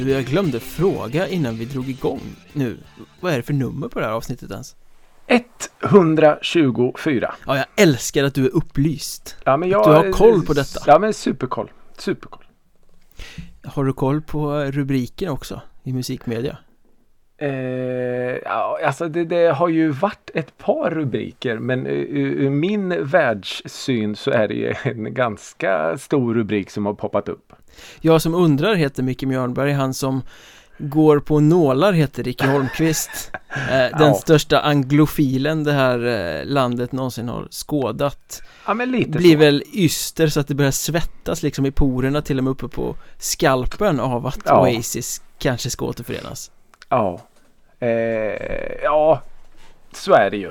Du, jag glömde fråga innan vi drog igång nu. Vad är det för nummer på det här avsnittet ens? 124. Ja, jag älskar att du är upplyst. Ja, men du har koll på detta. Ja, men superkoll. Har du koll på rubriken också i musikmedia? Ja, alltså det har ju varit ett par rubriker, men ur min världssyn så är det en ganska stor rubrik som har poppat upp. Jag som undrar heter Micke Mjörnberg, han som går på nålar heter Ricky Holmqvist. Den största anglofilen det här landet någonsin har skådat. Ja, men lite blir så. Väl yster så att det börjar svettas liksom i porerna, till och med uppe på skalpen av att Oasis kanske ska återförenas. Ja. Ja, så är det ju.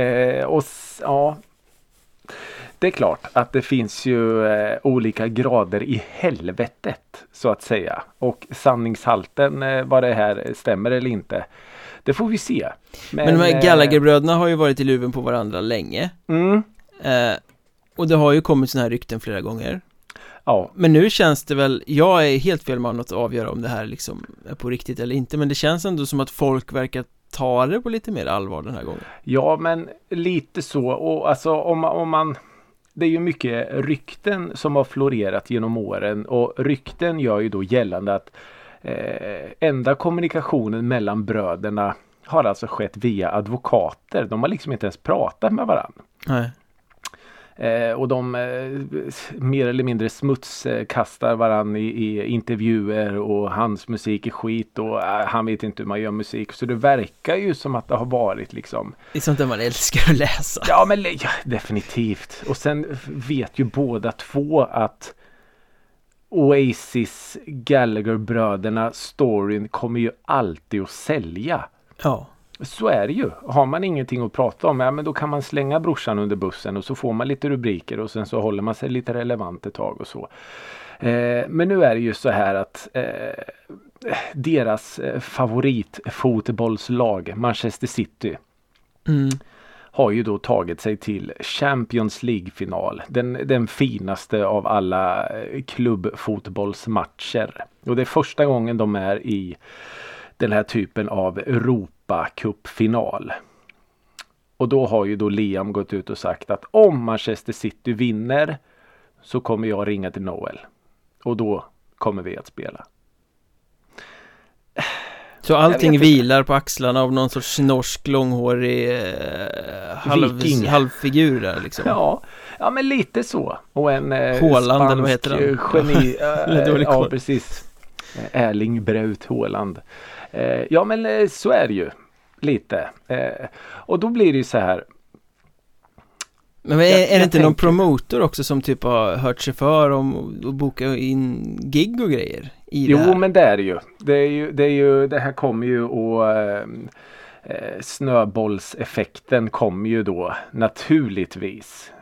Det är klart att det finns ju olika grader i helvetet så att säga. Och sanningshalten, vad det här stämmer eller inte, det får vi se. Men de här Gallagher-bröderna har ju varit i luven på varandra länge. Och det har ju kommit såna här rykten flera gånger. Ja. Men nu känns det väl, jag är helt fel man att avgöra om det här liksom är på riktigt eller inte, men det känns ändå som att folk verkar ta det på lite mer allvar den här gången. Ja, men lite så. Och alltså om man det är ju mycket rykten som har florerat genom åren, och rykten gör ju då gällande att enda kommunikationen mellan bröderna har alltså skett via advokater. De har liksom inte ens pratat med varandra. Nej. Och de mer eller mindre smutskastar varann i intervjuer, och hans musik är skit och han vet inte hur man gör musik. Så det verkar ju som att det har varit liksom... Det är sånt där man älskar att läsa. Ja, men definitivt. Och sen vet ju båda två att Oasis Gallagher-bröderna storyn kommer ju alltid att sälja. Ja. Så är det ju. Har man ingenting att prata om, ja, men då kan man slänga brorsan under bussen och så får man lite rubriker och sen så håller man sig lite relevant ett tag och så. Men nu är det ju så här att deras favoritfotbollslag Manchester City har ju då tagit sig till Champions League-final. Den finaste av alla klubbfotbollsmatcher. Och det är första gången de är i den här typen av Europa-cupfinal. Och då har ju då Liam gått ut och sagt att om Manchester City vinner så kommer jag ringa till Noel. Och då kommer vi att spela. Så allting vilar på axlarna av någon sorts norsk långhårig halvfigur där liksom. Ja, men lite så. Och en Haaland, eller vad heter han? Geni. Ja, precis. Erling Braut Haaland. Ja, men så är det ju lite. Och då blir det ju så här. Men är det inte någon promotor också som typ har hört sig för om att boka in gig och grejer i det här? Jo, men det är det ju. Det här kommer ju, och snöbollseffekten kommer ju då naturligtvis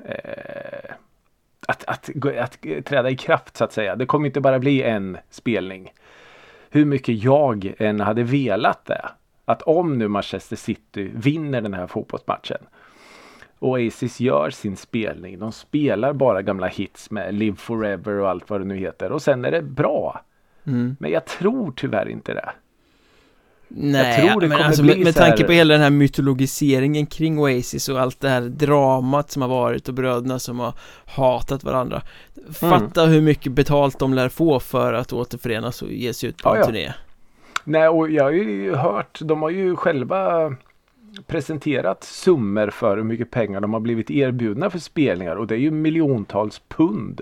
att träda i kraft så att säga. Det kommer inte bara bli en spelning. Hur mycket jag än hade velat det. Att om nu Manchester City vinner den här fotbollsmatchen, Oasis gör sin spelning. De spelar bara gamla hits med Live Forever och allt vad det nu heter. Och sen är det bra. Men jag tror tyvärr inte det. Nej, jag tror det kommer bli med tanke på hela den här mytologiseringen kring Oasis och allt det här dramat som har varit och bröderna som har hatat varandra. Fatta hur mycket betalt de lär få för att återförenas och ge sig ut på en turné. Nej, och jag har ju hört, de har ju själva presenterat summor för hur mycket pengar de har blivit erbjudna för spelningar, och det är ju miljontals pund.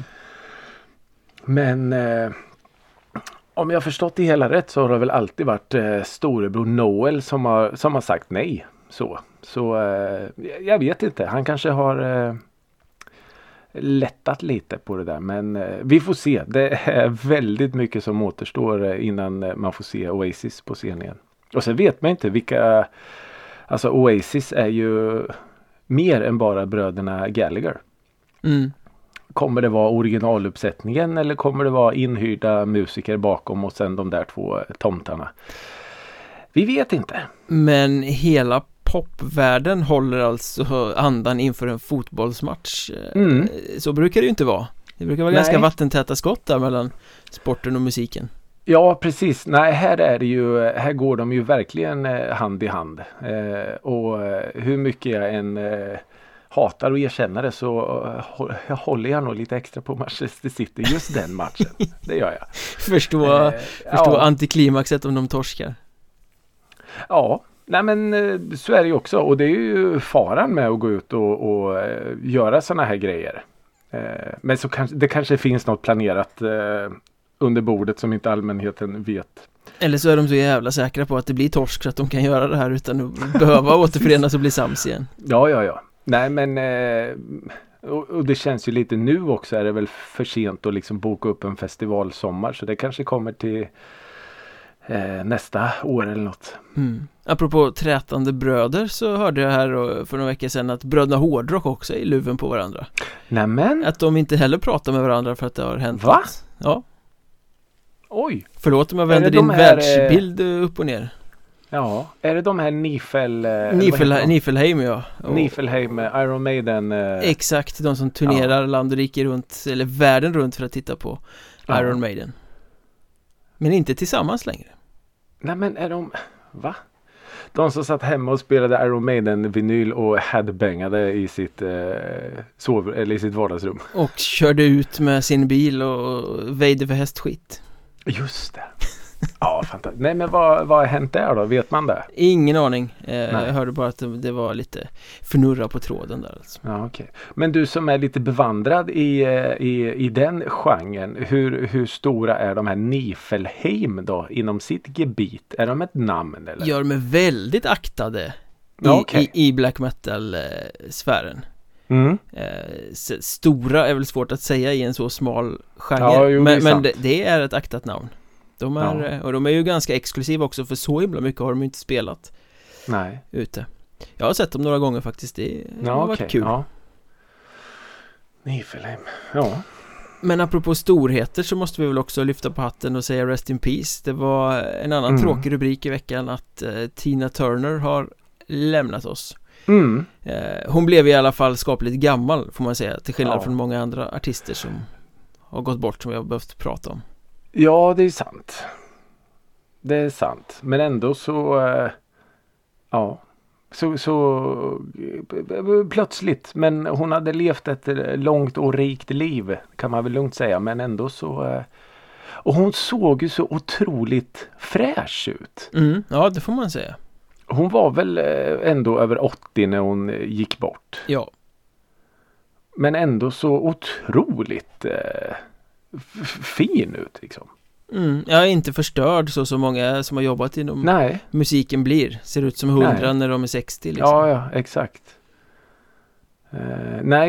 Men om jag har förstått det hela rätt så har det väl alltid varit storebror Noel som har sagt nej. Så jag vet inte. Han kanske har lättat lite på det där. Men vi får se. Det är väldigt mycket som återstår innan man får se Oasis på scenen. Och sen vet man inte vilka... Alltså Oasis är ju mer än bara bröderna Gallagher. Kommer det vara originaluppsättningen eller kommer det vara inhyrda musiker bakom och sen de där två tomtarna? Vi vet inte. Men hela popvärlden håller alltså andan inför en fotbollsmatch. Så brukar det ju inte vara. Det brukar vara ganska vattentäta skott där mellan sporten och musiken. Ja, precis. Nej, här går de ju verkligen hand i hand. Och hur mycket jag än hatar och erkänner det så håller jag nog lite extra på Manchester City just den matchen. Det gör jag. Förstå antiklimaxet om de torskar. Ja, nej men så är det ju också. Och det är ju faran med att gå ut och göra såna här grejer. Men så det kanske finns något planerat under bordet som inte allmänheten vet. Eller så är de så jävla säkra på att det blir torsk så att de kan göra det här utan att behöva återförenas och bli sams igen. Ja. Nej men och det känns ju lite nu också är det väl för sent att liksom boka upp en festivalsommar så det kanske kommer till nästa år eller något. Apropå trätande bröder så hörde jag här för några veckor sedan att bröderna Hårdrock också är i luven på varandra. Nämen. Att de inte heller pratar med varandra för att det har hänt. Va? Ja. Oj. Förlåt om jag vänder din världsbild upp och ner. Ja, är det de här Nifelheim, ja. Nifelheim, Iron Maiden. Exakt, de som turnerar land och rike runt, eller världen runt för att titta på Iron Maiden. Men inte tillsammans längre. Nej men är de, va? De som satt hemma och spelade Iron Maiden vinyl och headbangade i sitt eller i sitt vardagsrum. Och körde ut med sin bil och väjde för hästskit. Just det. Ja, fantastiskt. Nej men vad har hänt där då? Vet man det? Ingen aning. Jag hörde bara att det var lite fnurra på tråden där alltså. Ja, okej. Men du som är lite bevandrad i den genren, hur stora är de här Nifelheim då inom sitt gebit? Är de ett namn eller? Gör mig väldigt aktade i black metal-sfären. Stora är väl svårt att säga i en så smal genre. Ja, men det är ett aktat namn. Och de är ju ganska exklusiva också för så himla mycket har de inte spelat. Nej. Ute. Jag har sett dem några gånger faktiskt. Det har varit kul. Ja. Nifelheim. Ja. Men apropå storheter så måste vi väl också lyfta på hatten och säga rest in peace. Det var en annan tråkig rubrik i veckan att Tina Turner har lämnat oss. Hon blev i alla fall skapligt gammal får man säga, till skillnad från många andra artister som har gått bort som vi har behövt prata om. Ja, det är sant. Det är sant. Men ändå så så plötsligt. Men hon hade levt ett långt och rikt liv kan man väl lugnt säga. Men ändå så och hon såg ju så otroligt fräsch ut. Ja, det får man säga. Hon var väl ändå över 80 när hon gick bort. Ja. Men ändå så otroligt fin ut liksom. Jag är inte förstörd så många som har jobbat inom musiken blir. Ser ut som 100 när de är 60 liksom. Ja, exakt. När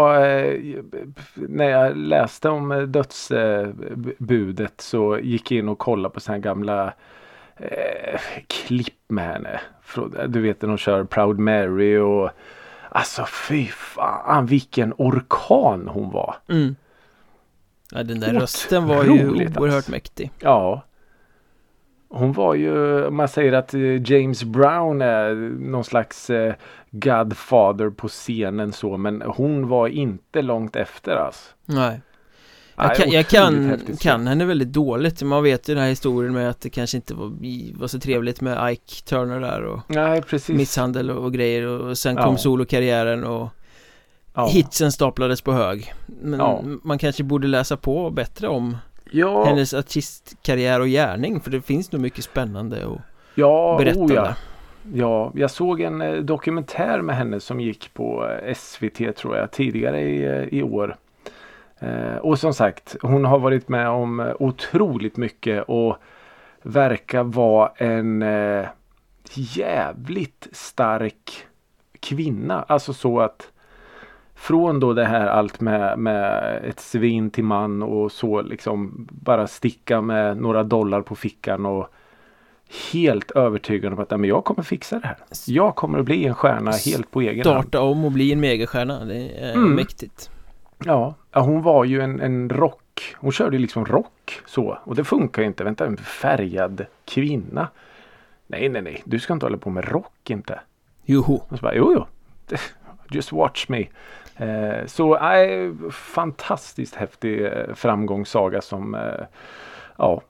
jag läste om dödsbudet så gick jag in och kollade på såna här gamla klipp med henne. Du vet när de kör Proud Mary och alltså fy fan vilken orkan hon var. Ja, den där rösten var ju oerhört mäktig. Ja. Hon var ju, man säger att James Brown är någon slags godfather på scenen så, men hon var inte långt efter alltså. Nej. Jag kan henne väldigt dåligt. Man vet ju den här historien med att det kanske inte var så trevligt med Ike Turner där och misshandel och grejer och sen kom solokarriären och hitsen staplades på hög. Men man kanske borde läsa på bättre om hennes artistkarriär och gärning för det finns nog mycket spännande och berättande. Ja, jag såg en dokumentär med henne som gick på SVT tror jag tidigare i år. Och som sagt, hon har varit med om otroligt mycket och verkar vara en jävligt stark kvinna. Alltså så att från då det här allt med ett svin till man och så liksom bara sticka med några dollar på fickan och helt övertygad om att men jag kommer fixa det här. Jag kommer att bli en stjärna helt på egen hand. Starta om och bli en megastjärna, det är mäktigt. Ja, hon var ju en rock. Hon körde ju liksom rock så. Och det funkar ju inte. Vänta, en färgad kvinna. Nej. Du ska inte hålla på med rock inte. Joho. Och så bara, jo. Just watch me. Så fantastiskt häftig framgångssaga som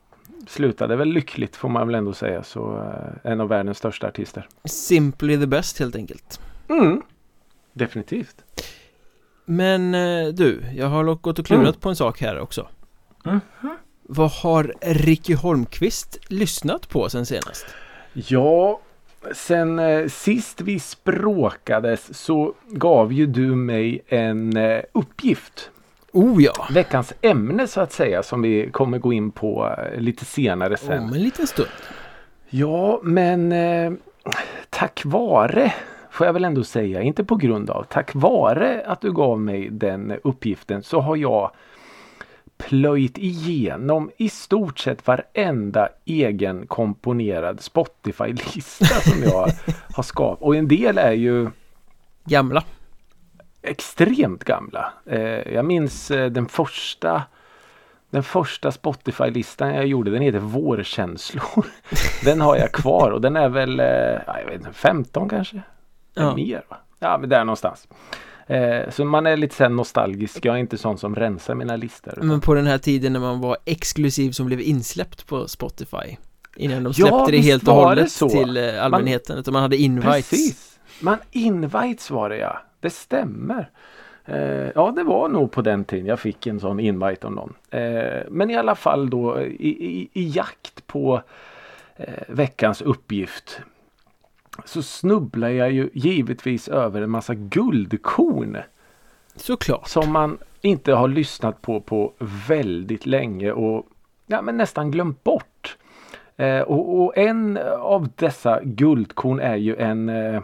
slutade väl lyckligt får man väl ändå säga. Så en av världens största artister. Simply the best helt enkelt. Definitivt. Men du, jag har gått och klurat på en sak här också. Vad har Ricky Holmqvist lyssnat på sen senast? Ja, sen sist vi språkades så gav ju du mig en uppgift. Oh ja. Veckans ämne så att säga, som vi kommer gå in på lite senare sen. Om en liten stund. Ja, men tack vare, får jag väl ändå säga, inte på grund av, tack vare att du gav mig den uppgiften så har jag plöjt igenom i stort sett varenda egen komponerad Spotify-lista som jag har skapat. Och en del är ju gamla. Extremt gamla. Jag minns den första Spotify-listan jag gjorde, den heter Vårkänslor. Den har jag kvar och den är väl jag vet inte, 15 kanske? Ja. Mer va? Ja, men där någonstans. Så man är lite sen nostalgisk. Jag är inte sån som rensar mina listor. Men på den här tiden när man var exklusiv som blev insläppt på Spotify innan de släppte det helt och hållet till allmänheten, utan man hade invites. Precis. Invites var det, ja. Det stämmer. Ja, det var nog på den tiden jag fick en sån invite om någon. Men i alla fall då i jakt på veckans uppgift så snubblar jag ju givetvis över en massa guldkorn. Såklart. Som man inte har lyssnat på väldigt länge och men nästan glömt bort. Och en av dessa guldkorn är ju en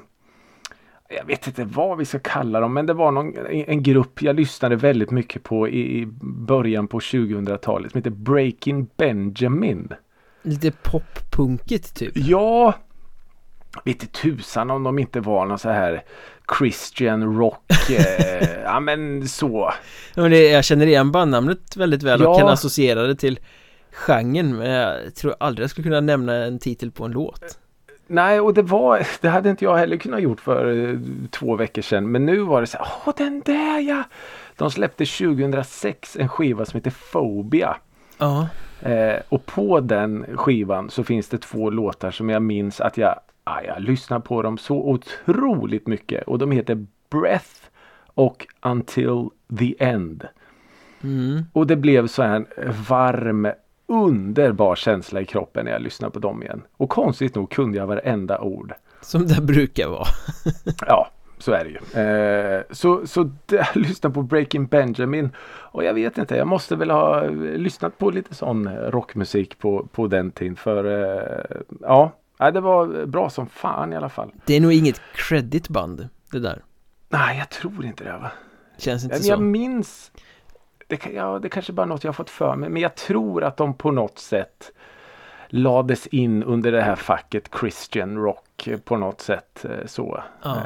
jag vet inte vad vi ska kalla dem, men det var en grupp jag lyssnade väldigt mycket på i början på 2000-talet som heter Breaking Benjamin. Lite poppunkigt typ. Ja, vet inte tusan om de inte var någon så här Christian rock. Ja, men så. Ja, men jag känner igen bandnamnet väldigt väl och kan associera det till genren, men jag tror aldrig jag skulle kunna nämna en titel på en låt. Nej, och det hade inte jag heller kunnat gjort för 2 veckor sedan. Men nu var det så här, den där ja. De släppte 2006 en skiva som heter Phobia. Ja. Och på den skivan så finns det 2 låtar som jag minns att jag lyssnar på dem så otroligt mycket. Och de heter Breath och Until the End. Och det blev så här en varm, underbar känsla i kroppen när jag lyssnade på dem igen. Och konstigt nog kunde jag varenda ord. Som det brukar vara. Ja, så är det ju. Så jag lyssnade på Breaking Benjamin. Och jag vet inte, jag måste väl ha lyssnat på lite sån rockmusik på den tiden. För det var bra som fan i alla fall. Det är nog inget creditband det där. Nej, jag tror inte det, va? Känns inte så. Jag minns... Det kanske bara något jag har fått för mig. Men jag tror att de på något sätt lades in under det här facket Christian rock på något sätt så.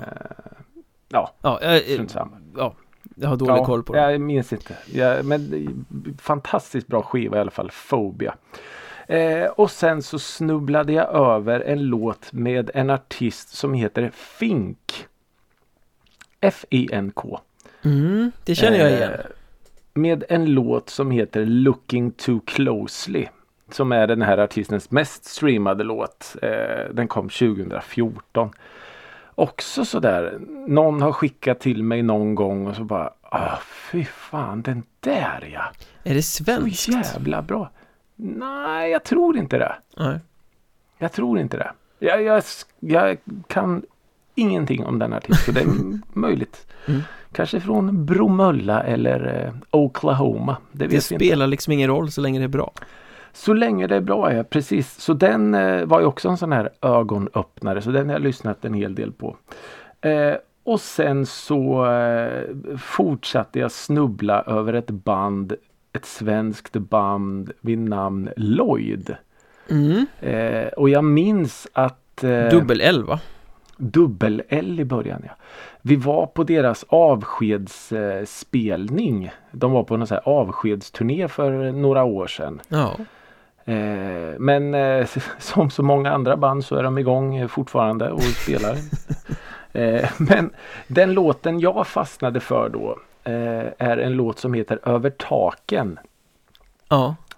Strunt samma. Ja, jag har dålig koll på det. Jag minns inte. Men fantastiskt bra skiva i alla fall, Phobia. Och sen så snubblade jag över en låt med en artist som heter Fink. F-I-N-K. Det känner jag igen. Med en låt som heter Looking Too Closely. Som är den här artistens mest streamade låt. Den kom 2014. Också sådär. Någon har skickat till mig någon gång och så bara, fy fan, den där ja. Är det svenskt? Så jävla bra. Nej, jag tror inte det. Nej. Jag tror inte det. Jag kan ingenting om den artisten. Det är möjligt. Kanske från Bromölla eller Oklahoma. Det spelar liksom ingen roll så länge det är bra. Så länge det är bra, ja, precis. Så den var ju också en sån här ögonöppnare. Så den har jag lyssnat en hel del på. Och sen så fortsatte jag snubbla över ett svenskt band vid namn Lloyd. Och jag minns att... Dubbel-L, va? Dubbel-L i början, ja. Vi var på deras avskedsspelning. De var på en sån här avskedsturné för några år sedan. Ja. Men som så många andra band så är de igång fortfarande och spelar. Men den låten jag fastnade för då är en låt som heter Över taken. Ja.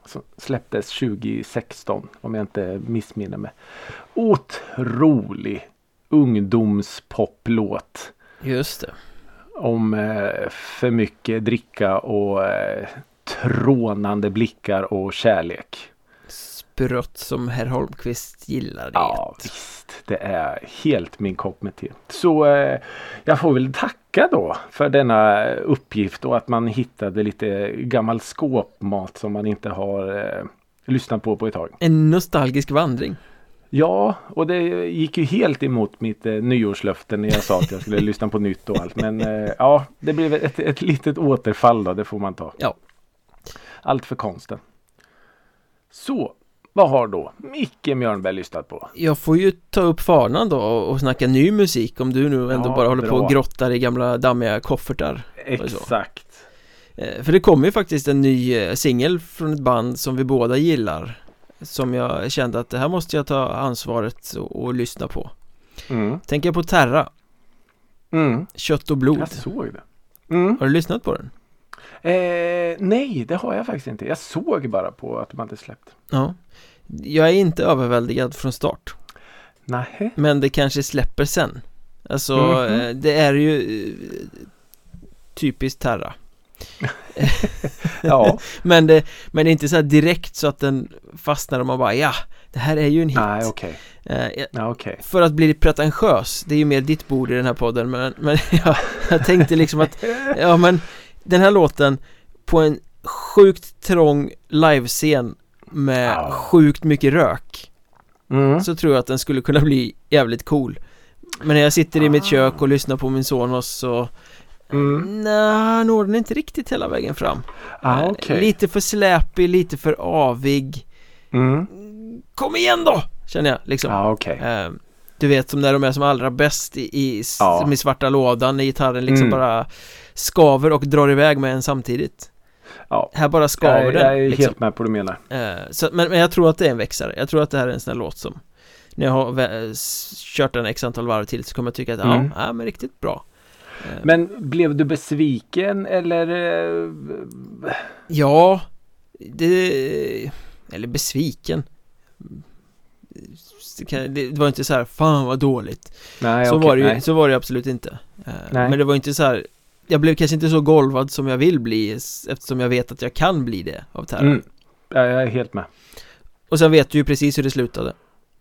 som släpptes 2016 om jag inte missminner mig. Otrolig ungdomspoplåt. Just det. Om för mycket dricka och trånande blickar och kärlek. Sprött som herr Holmqvist gillar det. Ja, visst. Det är helt min kopp med te. Så jag får väl tacka då för denna uppgift och att man hittade lite gammal skåpmat som man inte har lyssnat på ett tag. En nostalgisk vandring. Ja, och det gick ju helt emot mitt nyårslöfte när jag sa att jag skulle lyssna på nytt och allt. Men ja, det blev ett litet återfall då, det får man ta. Ja. Allt för konsten. Så, vad har då Micke Mjörnberg lyssnat på? Jag får ju ta upp fanan då och snacka ny musik om du nu ändå bara håller på och grottar i gamla dammiga koffertar. Exakt. För det kommer ju faktiskt en ny singel från ett band som vi båda gillar. Som jag kände att det här måste jag ta ansvaret och lyssna på. Tänker jag på Terra. Kött och blod. Jag såg det. Har du lyssnat på den? Nej, det har jag faktiskt inte. Jag såg bara på att de hade släppt. Ja. Jag är inte överväldigad från start. Nej. Men det kanske släpper sen. Alltså, det är ju typiskt Terra. Ja. Men det är inte så här direkt så att den fastnar och man bara, ja, det här är ju en hit. Nej, okej. Okay. För att bli pretentiös, det är ju mer ditt bord i den här podden, men jag tänkte liksom att ja, men den här låten på en sjukt trång livescen med sjukt mycket rök, så tror jag att den skulle kunna bli jävligt cool. Men när jag sitter i mitt kök och lyssnar på min Sonos så nej, når den inte riktigt hela vägen fram. Okay. Lite för släpig, lite för avig. Kom igen då, känner jag liksom. Okay. Du vet, som när de är som allra bäst i svarta lådan, när gitarren liksom bara skaver och drar iväg med en samtidigt. Här bara skaver den. Jag är liksom helt med på vad du menar. Men jag tror att det är en växare. Jag tror att det här är en sån här låt som när jag har kört en x antal varv till så kommer jag tycka att ja, men riktigt bra. Men blev du besviken eller? Ja, eller besviken. Det var inte så här, fan vad dåligt. Nej, så var det absolut inte. Men det var inte så här, jag blev kanske inte så golvad som jag vill bli, eftersom jag vet att jag kan bli det av Terra. Ja, jag är helt med. Och sen vet du ju precis hur det slutade.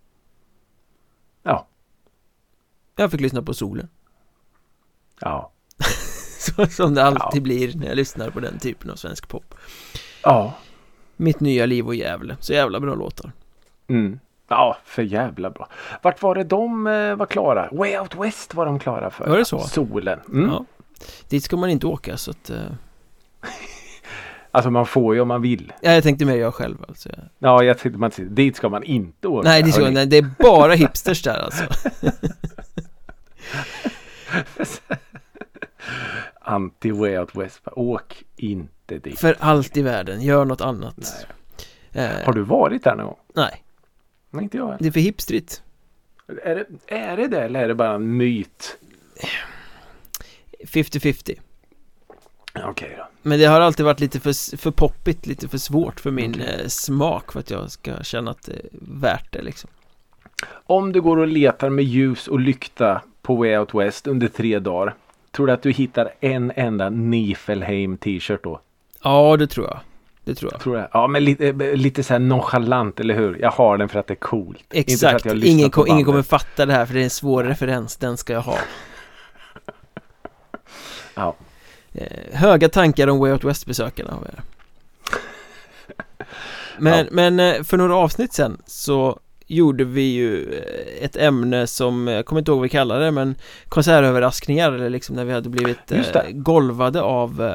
Ja. Jag fick lyssna på Solen. Ja. Så som det alltid blir när jag lyssnar på den typen av svensk pop. Ja. Mitt nya liv och Gävle. Så jävla bra låtar. Ja, för jävla bra. Vart var det de var klara? Way Out West var de klara för. Var det så? Solen. Ja. Dit ska man inte åka så att alltså man får ju om man vill. Ja, jag tänkte mer jag själv alltså. Ja, jag tänkte man dit ska man inte åka. Nej, det är bara hipsters där alltså. Anti-Way Out West. Åk inte dit. För allt i världen. Gör något annat. Har du varit där någon gång? Nej. Nej, inte jag. Det är för hipstrigt. Är det eller är det bara en myt? 50-50. Okej då. Men det har alltid varit lite för poppigt, lite för svårt för min smak för att jag ska känna att det är värt det liksom. Om du går och letar med ljus och lykta på Way Out West under 3 dagar, tror du att du hittar en enda Niflheim t-shirt då? Ja, det tror jag. Tror jag. Ja, men lite så här nonchalant, eller hur? Jag har den för att det är coolt. Exakt. Ingen kommer fatta det här för det är en svår referens. Den ska jag ha. Ja. Höga tankar om Way Out West-besökarna har jag. Men för några avsnitt sen så gjorde vi ju ett ämne som, jag kommer inte ihåg vad vi kallar det, men konsertöverraskningar, eller liksom när vi hade blivit golvade av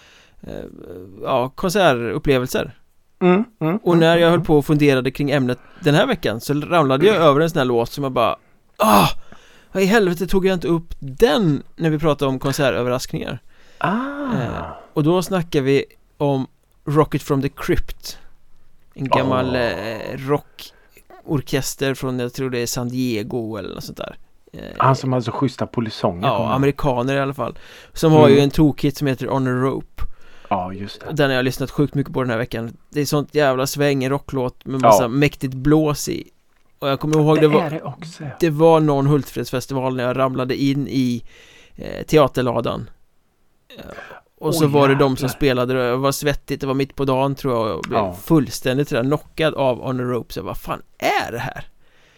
konsertupplevelser. Och när jag höll på och funderade kring ämnet den här veckan så ramlade jag över en sån här låt som jag bara vad i helvete tog jag inte upp den när vi pratade om konsertöverraskningar. Och då snackar vi om Rocket from the Crypt, en gammal rockorkester från, jag tror det är San Diego eller något sånt där. Han som alltså schyssta polisonger. Ja, amerikaner i alla fall. Som har ju en tokhit som heter On a Rope. Ja, just det. Den har jag lyssnat sjukt mycket på den här veckan. Det är sånt jävla sväng, en rocklåt med massa mäktigt blås i. Och jag kommer ihåg det var någon Hultsfredsfestival när jag ramlade in i teaterladan. Och så var det de som spelade. Det var svettigt, det var mitt på dagen tror jag. Jag blev fullständigt knockad av On a Rope. Så vad fan är det här?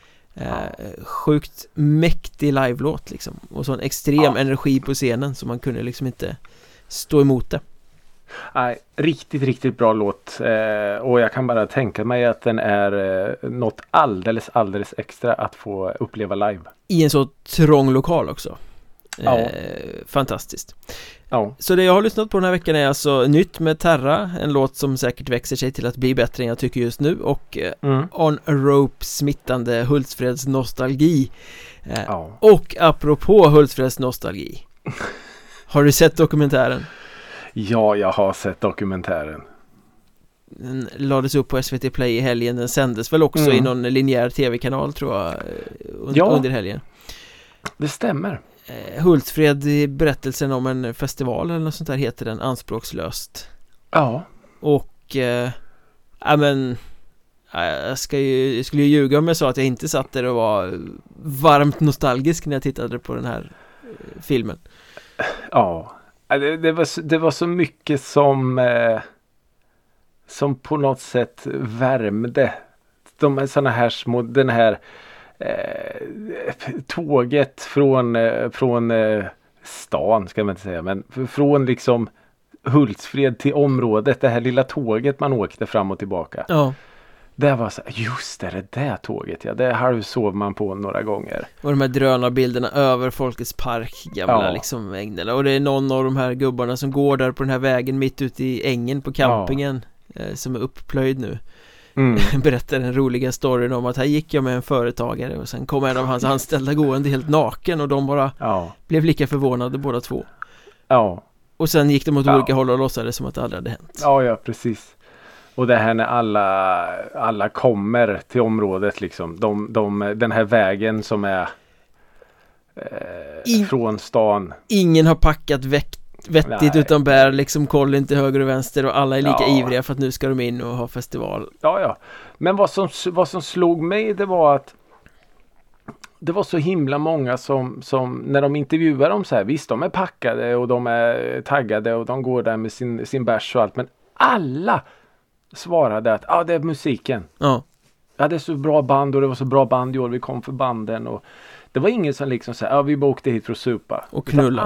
Sjukt mäktig live-låt liksom. Och sån extrem energi på scenen. Så man kunde liksom inte stå emot det. Nej, riktigt, riktigt bra låt. Och jag kan bara tänka mig att den är något alldeles extra att få uppleva live. I en så trång lokal också. Fantastiskt. Så det jag har lyssnat på den här veckan är alltså nytt med Terra, en låt som säkert växer sig till att bli bättre än jag tycker just nu, och On a Rope smittande Hultsfreds nostalgi. Och apropå Hultsfreds nostalgi, har du sett dokumentären? Ja, jag har sett dokumentären. Den lades upp på SVT Play i helgen. Den sändes väl också i någon linjär tv-kanal tror jag under helgen. Det stämmer. Hultsfred, berättelsen om en festival eller något sånt där heter den, anspråkslöst. Ja. Och jag skulle ju ljuga om jag sa att jag inte satt där och var varmt nostalgisk när jag tittade på den här filmen. Ja. Det var så mycket som på något sätt värmde. De är såna här små, den här tåget från stan ska man inte säga, men från liksom Hultsfred till området, det här lilla tåget man åkte fram och tillbaka. Ja. Det var så, just det där tåget, ja, det halvsov man på några gånger. Och de här drönarbilderna över Folkets park, gamla liksom ängden. Och det är någon av de här gubbarna som går där på den här vägen mitt ute i ängen på campingen som är uppplöjd nu. Berättar den roliga storyn om att här gick jag med en företagare och sen kom en av hans anställda gående helt naken och de bara blev lika förvånade båda två. Ja. Och sen gick de åt olika håll och låtsades som att det aldrig hade hänt. Ja, precis. Och det här när alla kommer till området liksom. Den här vägen som är från stan. Ingen har packat vettigt utan bär liksom kollen till höger och vänster och alla är lika ivriga för att nu ska de in och ha festival. Ja. Men vad som slog mig, det var att det var så himla många som när de intervjuar dem så här, visst de är packade och de är taggade och de går där med sin bärs och allt, men alla svarade att det är musiken. Ja, det är så bra band och det var så bra band i år, vi kom för banden och det var ingen som liksom sa vi åkte hit för att supa och knulla.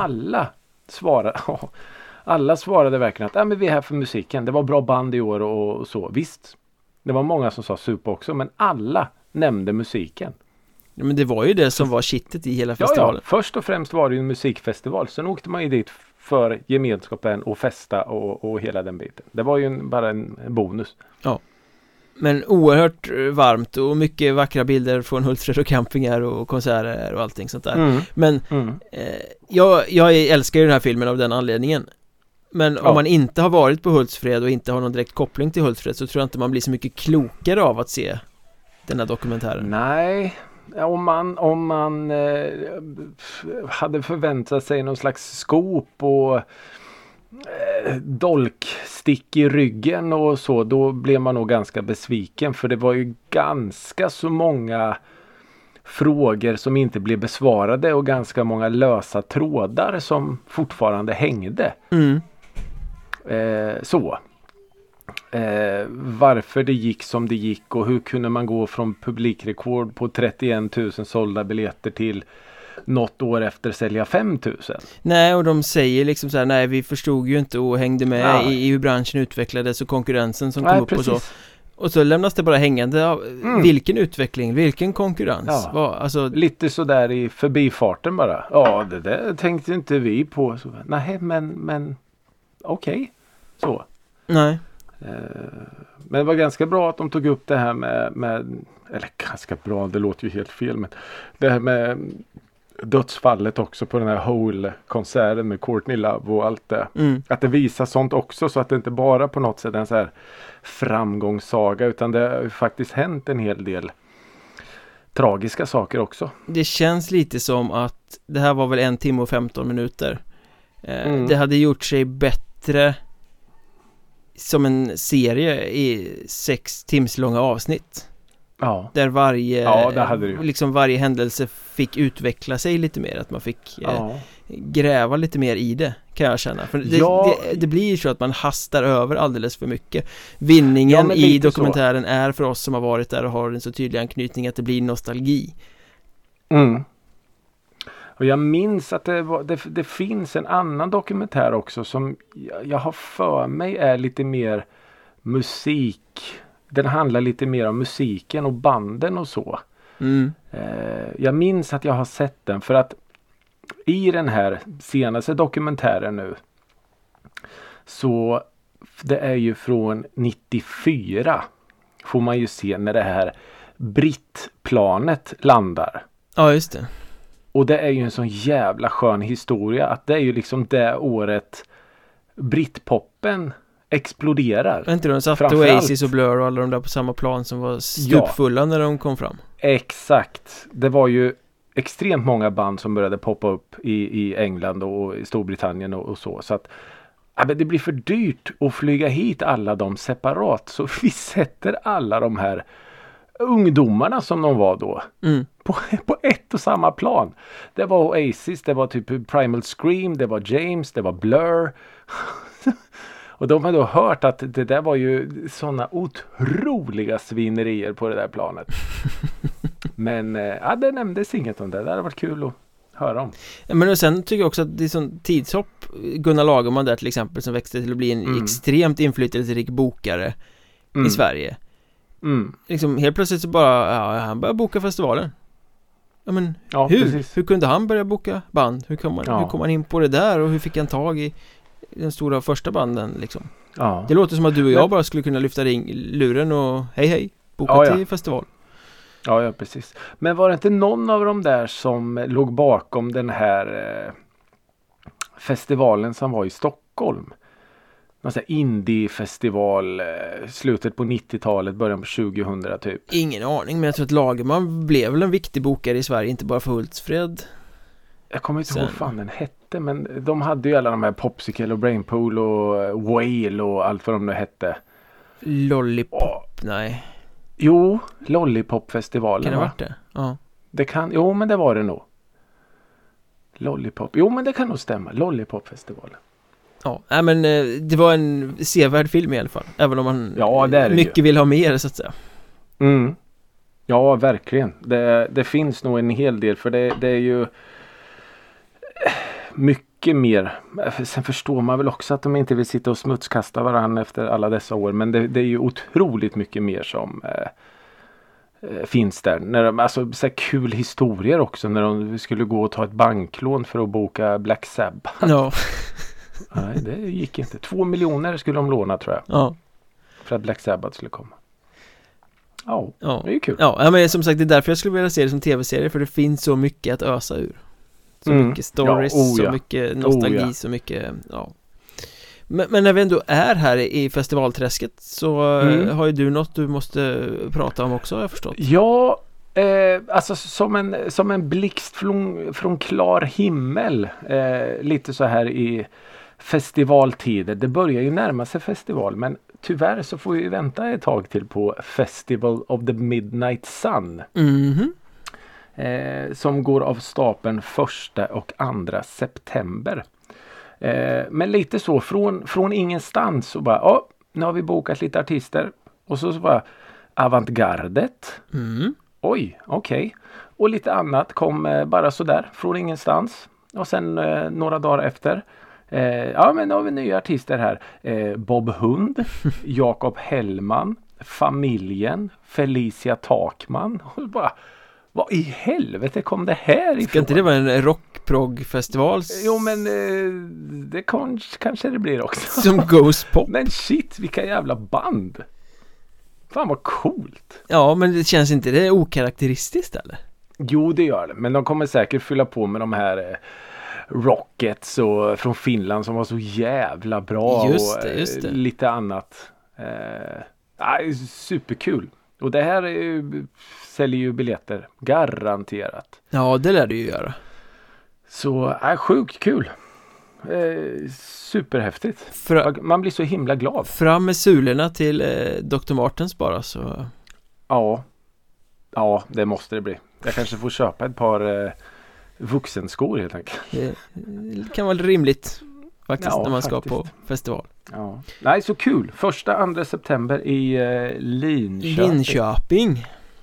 Alla svarade verkligen att men vi är här för musiken, det var bra band i år och så. Visst, det var många som sa supa också, men alla nämnde musiken. Ja, men det var ju det som var kittet i hela festivalen. Ja, först och främst var det ju en musikfestival. Sen åkte man ju dit för gemenskapen och festa och hela den biten. Det var ju bara en bonus. Ja. Men oerhört varmt och mycket vackra bilder från Hultsfred och campingar och konserter och allting sånt där. Men jag älskar ju den här filmen av den anledningen. Men om man inte har varit på Hultsfred och inte har någon direkt koppling till Hultsfred så tror jag inte man blir så mycket klokare av att se den här dokumentären. Nej, om man hade förväntat sig någon slags skop och dolkstick i ryggen och så, då blev man nog ganska besviken, för det var ju ganska så många frågor som inte blev besvarade och ganska många lösa trådar som fortfarande hängde. Varför det gick som det gick och hur kunde man gå från publikrekord på 31 000 sålda biljetter till något år efter sälja 5 000. Nej, och de säger liksom så här, nej vi förstod ju inte och hängde med i hur branschen utvecklades och konkurrensen som kom upp precis. Och så. Och så lämnas det bara hängande. Vilken utveckling, vilken konkurrens. Alltså, lite så där i förbifarten bara. Ja, det där tänkte inte vi på. Så, nej, men okej. Så. Nej. Men det var ganska bra att de tog upp det här med eller ganska bra, det låter ju helt fel, men det här med dödsfallet också på den här Hole-konserten med Courtney Love och allt det. Att det visar sånt också, så att det inte bara på något sätt är en så här framgångssaga, utan det har ju faktiskt hänt en hel del tragiska saker också. Det känns lite som att det här var väl 1 timme och 15 minuter. Det hade gjort sig bättre som en serie i 6 timslånga avsnitt. Ja. Där varje, det hade du. liksom varje händelse fick utveckla sig lite mer. Att man fick gräva lite mer i det, kan jag känna. För det blir ju så att man hastar över alldeles för mycket. Vinningen i dokumentären så är för oss som har varit där och har en så tydlig anknytning att det blir nostalgi. Mm. Och jag minns att det finns en annan dokumentär också som jag har för mig är lite mer musik. Den handlar lite mer om musiken och banden och så. Mm. Jag minns att jag har sett den för att i den här senaste dokumentären nu så det är ju från 94 får man ju se när det här Brittplanet landar. Ja, just det. Och det är ju en sån jävla skön historia att det är ju liksom det året Britpoppen exploderar. Var inte de satt Oasis och Blur och alla de där på samma plan som var stupfulla när de kom fram? Exakt. Det var ju extremt många band som började poppa upp i England och i Storbritannien och så. Så att det blir för dyrt att flyga hit alla dem separat. Så vi sätter alla de här ungdomarna som de var då på ett och samma plan. Det var Oasis, det var typ Primal Scream, det var James, det var Blur. Och de har då hört att det där var ju sådana otroliga svinerier på det där planet. Men det nämndes inget om det. Det hade varit kul att höra om. Men sen tycker jag också att det är sån tidshopp. Gunnar Lagerman där till exempel som växte till att bli en extremt inflytelserik bokare i Sverige. Liksom, helt plötsligt så bara han började boka festivalen. Ja, men hur kunde han börja boka band? Hur kom han in på det där och hur fick han tag i den stora första banden liksom? Det låter som att du och jag bara skulle kunna lyfta luren och hej, boka till festival. Ja, precis. Men var det inte någon av dem där som låg bakom den här festivalen som var i Stockholm? Någon sån här indie-festival slutet på 90-talet, början på 2000 typ. Ingen aning, men jag tror att Lagerman blev väl en viktig bokare i Sverige, inte bara för Hultsfred. Jag kommer inte ihåg vad fan den hette, men de hade ju alla de här Popsicle och Brainpool och Whale och allt vad de nu hette. Lollipop, nej. Jo, Lollipop-festivalen. Kan det ha varit det? Ja. Jo, men det var det nog. Lollipop. Jo, men det kan nog stämma. Lollipop-festivalen. Ja, men det var en sevärd film i alla fall. Även om man mycket vill ha mer, så att säga. Mm. Ja, verkligen. Det finns nog en hel del, för det är ju mycket mer. Sen förstår man väl också att de inte vill sitta och smutskasta varandra efter alla dessa år. Men det är ju otroligt mycket mer som finns där. När de, alltså så kul historier också. När de skulle gå och ta ett banklån för att boka Black Sabbath. Ja. Nej, det gick inte. 2 miljoner skulle de låna, tror jag. Ja. För att Black Sabbath skulle komma. Ja, det är ju kul. Ja, men som sagt, det är därför jag skulle vilja se det som tv-serie. För det finns så mycket att ösa ur. Så mycket stories, så mycket nostalgi, så mycket, Men när vi ändå är här i festivalträsket så har ju du något du måste prata om också, har jag förstått. Ja, alltså som en blixt från klar himmel, lite så här i festivaltider. Det börjar ju närma sig festival, men tyvärr så får vi vänta ett tag till på Festival of the Midnight Sun. Som går av stapeln 1 och 2 september. Men lite så från ingenstans så bara, nu har vi bokat lite artister. Och så bara Avantgardet. Oj, okej. Och lite annat kom bara sådär från ingenstans. Och sen några dagar efter. Men nu har vi nya artister här. Bob Hund, Jakob Hellman, Familjen, Felicia Takman. Och bara, vad i helvete kom det här ifrån? Ska inte det vara en rockprog-festival? Jo, men det kanske det blir också. Som Ghost Pop. Men shit, vilka jävla band. Fan vad coolt. Ja, men det känns inte det okaraktäristiskt eller? Jo, det gör det. Men de kommer säkert fylla på med de här Rockets och från Finland som var så jävla bra. Just det. Lite annat. Superkul. Och det här säljer ju biljetter. Garanterat. Ja, det lär du ju göra. Så sjukt kul. superhäftigt. Man blir så himla glad. Fram med sulorna till Dr. Martens bara så. Ja, det måste det bli. Jag kanske får köpa ett par vuxenskor helt enkelt. Det kan vara rimligt faktiskt när man ska på festival. Ja. Nej, så kul. 1-2 september i Linköping.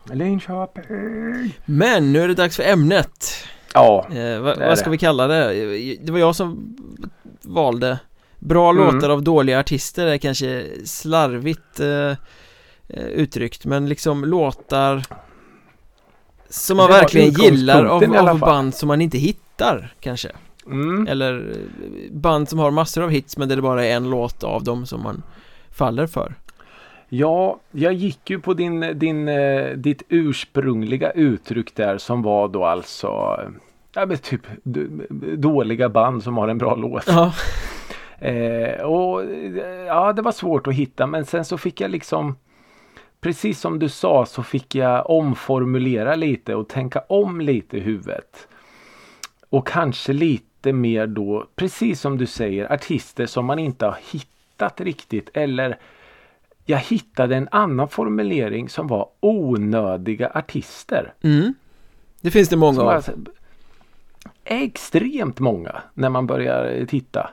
Men nu är det dags för ämnet. Ja, vad ska vi kalla det? Det var jag som valde. Bra låtar av dåliga artister är kanske slarvigt uttryckt, men liksom låtar som man verkligen gillar av band som man inte hittar kanske. Eller band som har massor av hits men där det bara är en låt av dem som man faller för. Ja, jag gick ju på ditt ursprungliga uttryck där som var då alltså typ dåliga band som har en bra låt. Ja. Och det var svårt att hitta, men sen så fick jag liksom, precis som du sa, så fick jag omformulera lite och tänka om lite i huvudet. Och kanske lite mer då, precis som du säger, artister som man inte har hittat riktigt, eller jag hittade en annan formulering som var onödiga artister. Det finns det många av. Extremt många när man börjar titta.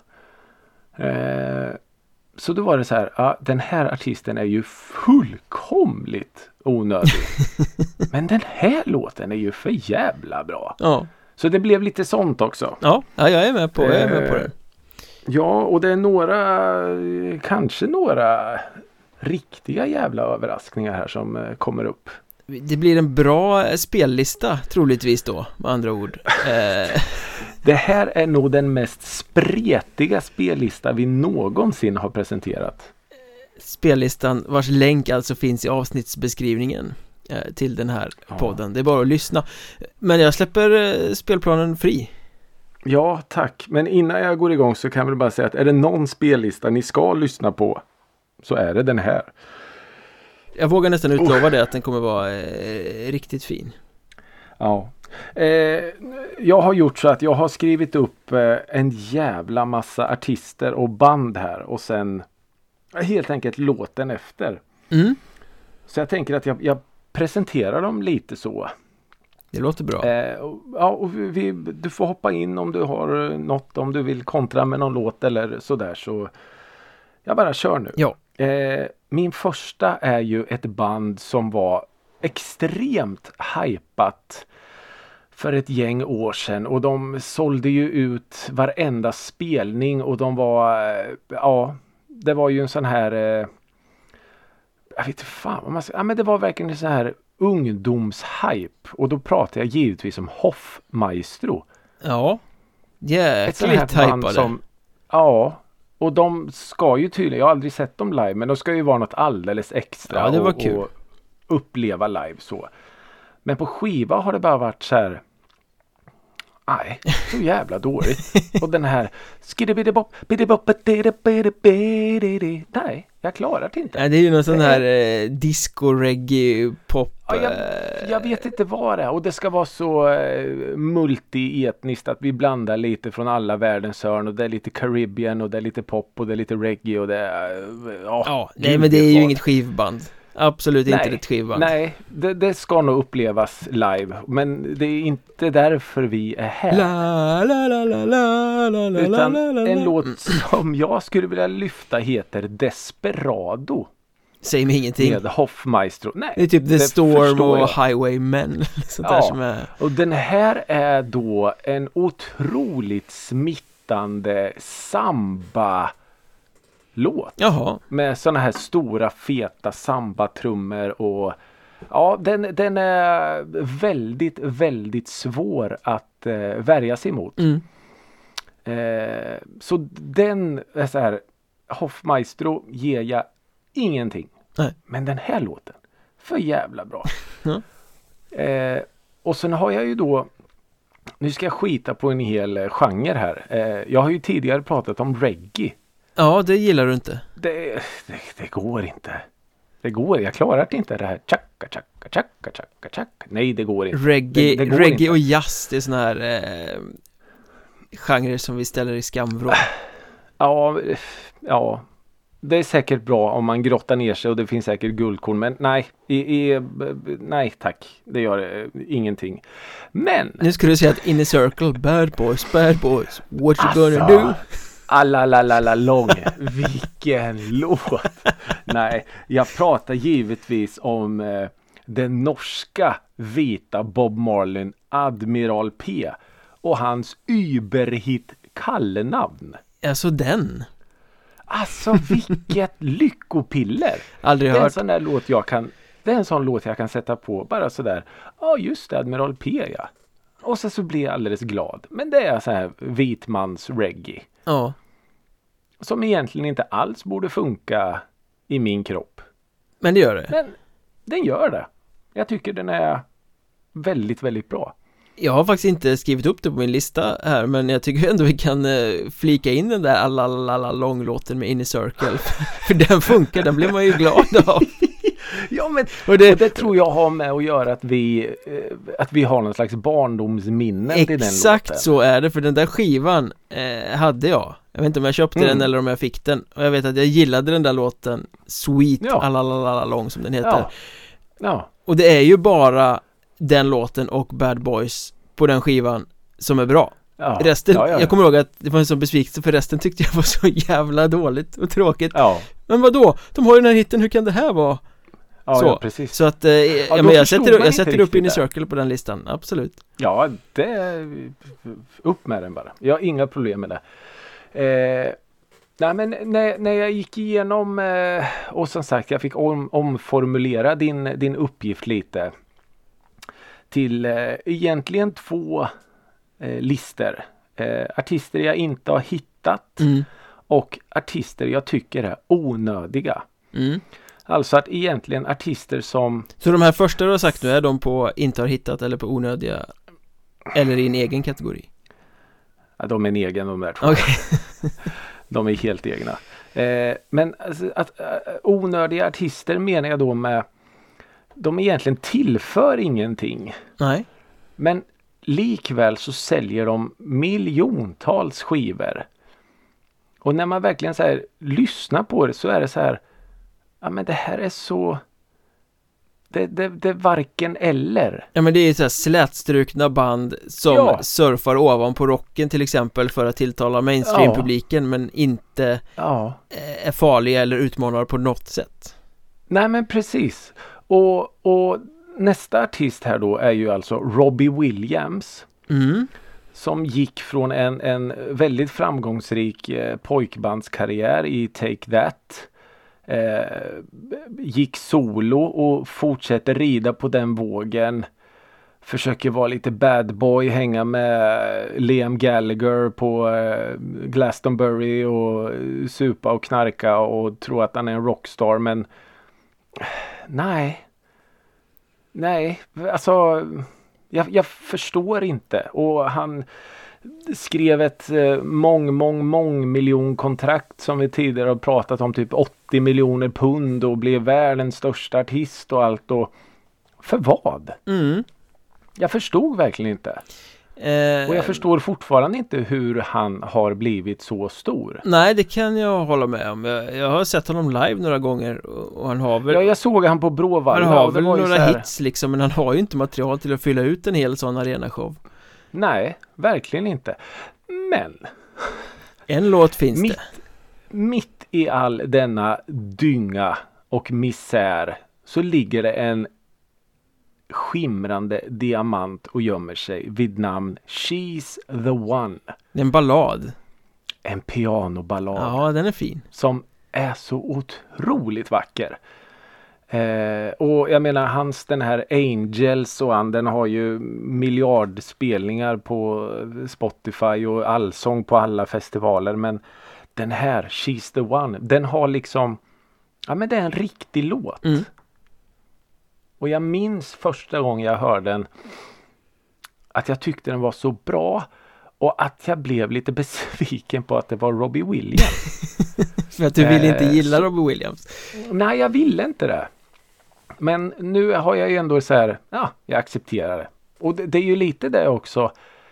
Så då var det så här, den här artisten är ju fullkomligt onödig. Men den här låten är ju för jävla bra. Ja. Så det blev lite sånt också. Ja, jag är med på det. Ja, och det är kanske några riktiga jävla överraskningar här som kommer upp. Det blir en bra spellista troligtvis då, med andra ord. Det här är nog den mest spretiga spellista vi någonsin har presenterat. Spellistan vars länk alltså finns i avsnittsbeskrivningen till den här podden. Det är bara att lyssna. Men jag släpper spelplanen fri. Ja, tack. Men innan jag går igång så kan jag väl bara säga att är det någon spellista ni ska lyssna på så är det den här. Jag vågar nästan utlova det, att den kommer vara riktigt fin. Ja. Jag har gjort så att jag har skrivit upp en jävla massa artister och band här och sen helt enkelt låten efter. Så jag tänker att jag presenterar dem lite så. Det låter bra. Och du får hoppa in om du har något, om du vill kontra med någon låt eller sådär, så jag bara kör nu. Ja. Min första är ju ett band som var extremt hypat för ett gäng år sedan, och de sålde ju ut varenda spelning, och de var det var ju en sån här jag vet inte fan vad man ska, men det var verkligen en sån här ungdomshype, och då pratar jag givetvis om Hoffmaestro. Ja. Jäkligt hypade. Och de ska ju tydligen, jag har aldrig sett dem live, men de ska ju vara något alldeles extra. Ja, det var kul. Och uppleva live så. Men på skiva har det bara varit så här, nej, så jävla dåligt. Och den här nej, jag klarar det inte. Nej, det är ju någon sån här disco, reggae, pop. Ja, jag vet inte vad det är. Och det ska vara så multietniskt, att vi blandar lite från alla världens hörn, och det är lite Caribbean och det är lite pop och det är lite reggae och det är nej, men det är ju inget skivband. Absolut inte ett skivband. Nej, det ska nog upplevas live, men det är inte därför vi är här. Utan en låt som jag skulle vilja lyfta heter Desperado. Säg mig ingenting. Med Hoffmaestro. Nej, det är typ The Storm och Highwaymen. Sånt där som är... Och den här är då en otroligt smittande samba-låt. Jaha. Med såna här stora feta samba-trummor, och den är väldigt, väldigt svår att värja sig emot. Så den är så här, Hoffmaestro ger jag ingenting. Nej. Men den här låten, för jävla bra. Och sen har jag ju då, nu ska jag skita på en hel genre här. Jag har ju tidigare pratat om reggae. Ja, det gillar du inte. Det går inte. Det går, jag klarar det inte, det här tjacka, tjacka, tjacka, tjacka, tjacka. Nej, det går inte. Reggae och jazz, det är sån här genre som vi ställer i skamvrå. Ja. Det är säkert bra om man grottar ner sig och det finns säkert guldkorn. Men nej, nej tack. Det gör ingenting. Men... Nu skulle du säga att In a Circle, bad boys, what you gonna do? Alla lång. Vilken låt. Nej, jag pratar givetvis om den norska vita Bob Marley, Admiral P. Och hans überhit kallenamn. Alltså den... Alltså vilket lyckopiller. Aldrig hört. Det är en hört. sån där låt det är en sån låt jag kan sätta på bara sådär. Ja just det, Admiral P ja. Och så blir jag alldeles glad. Men det är så här vitmans reggae. Ja. Som egentligen inte alls borde funka i min kropp. Men det gör det. Men den gör det. Jag tycker den är väldigt, väldigt bra. Jag har faktiskt inte skrivit upp det på min lista här, men jag tycker ändå vi kan flika in den där alla långlåten med In a Circle. För den funkar, den blir man ju glad av. Ja, men och det tror jag har med att göra att vi har någon slags barndomsminnen till den låten. Exakt så är det, för den där skivan hade jag. Jag vet inte om jag köpte den eller om jag fick den. Och jag vet att jag gillade den där låten Sweet, alla lång som den heter. Ja. Och det är ju bara den låten och Bad Boys på den skivan som är bra. Ja. Resten, jag kommer ihåg att det var en sån besvikelse, för resten tyckte jag var så jävla dåligt och tråkigt. Ja. Men vadå? De har ju den här hitten, hur kan det här vara? Ja, precis. Så att jag sätter upp In a Circle på den listan, absolut. Ja, det upp med den bara. Jag har inga problem med det. Nej, men när jag gick igenom och som sagt jag fick omformulera din uppgift lite till egentligen 2 lister. Artister jag inte har hittat och artister jag tycker är onödiga. Alltså att egentligen artister som... Så de här första du har sagt nu, är de på inte har hittat eller på onödiga eller i en egen kategori? Ja, de är en egen, de där 2. Okay. De är helt egna. Men alltså, onödiga artister menar jag då med... De egentligen tillför ingenting. Nej. Men likväl så säljer de miljontals skivor. Och när man verkligen så här lyssnar på det så är det så här... Ja, men det här är så... Det är varken eller. Ja, men det är så här slätstrukna band som surfar ovan på rocken till exempel för att tilltala mainstream-publiken, men inte är farliga eller utmanar på något sätt. Nej, men precis. Och nästa artist här då är ju alltså Robbie Williams. Som gick från en väldigt framgångsrik pojkbandskarriär i Take That. Gick solo och fortsätter rida på den vågen. Försöker vara lite bad boy, hänga med Liam Gallagher på Glastonbury och supa och knarka och tro att han är en rockstar, men nej, alltså jag förstår inte. Och han skrev ett mång miljonkontrakt som vi tidigare har pratat om, typ 80 miljoner pund, och blev världens största artist och allt. Och för vad? Jag förstod verkligen inte. Och jag förstår fortfarande inte hur han har blivit så stor. Nej, det kan jag hålla med om. Jag har sett honom live några gånger och han har väl... Ja, jag såg han på Bråvalla. Han har väl några hits liksom, men han har ju inte material till att fylla ut en hel sån arenashow. Nej, verkligen inte. Men... En låt finns det. Mitt i all denna dynga och misär så ligger det en skimrande diamant och gömmer sig vid namn She's the One. Det är en ballad. En pianoballad. Ja, den är fin. Som är så otroligt vacker. Och jag menar, den här Angels och den har ju miljardspelningar på Spotify och allsång på alla festivaler. Men den här, She's the One, den har liksom, ja men det är en riktig låt. Och jag minns första gången jag hörde den att jag tyckte den var så bra och att jag blev lite besviken på att det var Robbie Williams. För att du vill inte gilla Robbie Williams? Nej, jag ville inte det. Men nu har jag ju ändå så här, jag accepterar det. Och det är ju lite det också.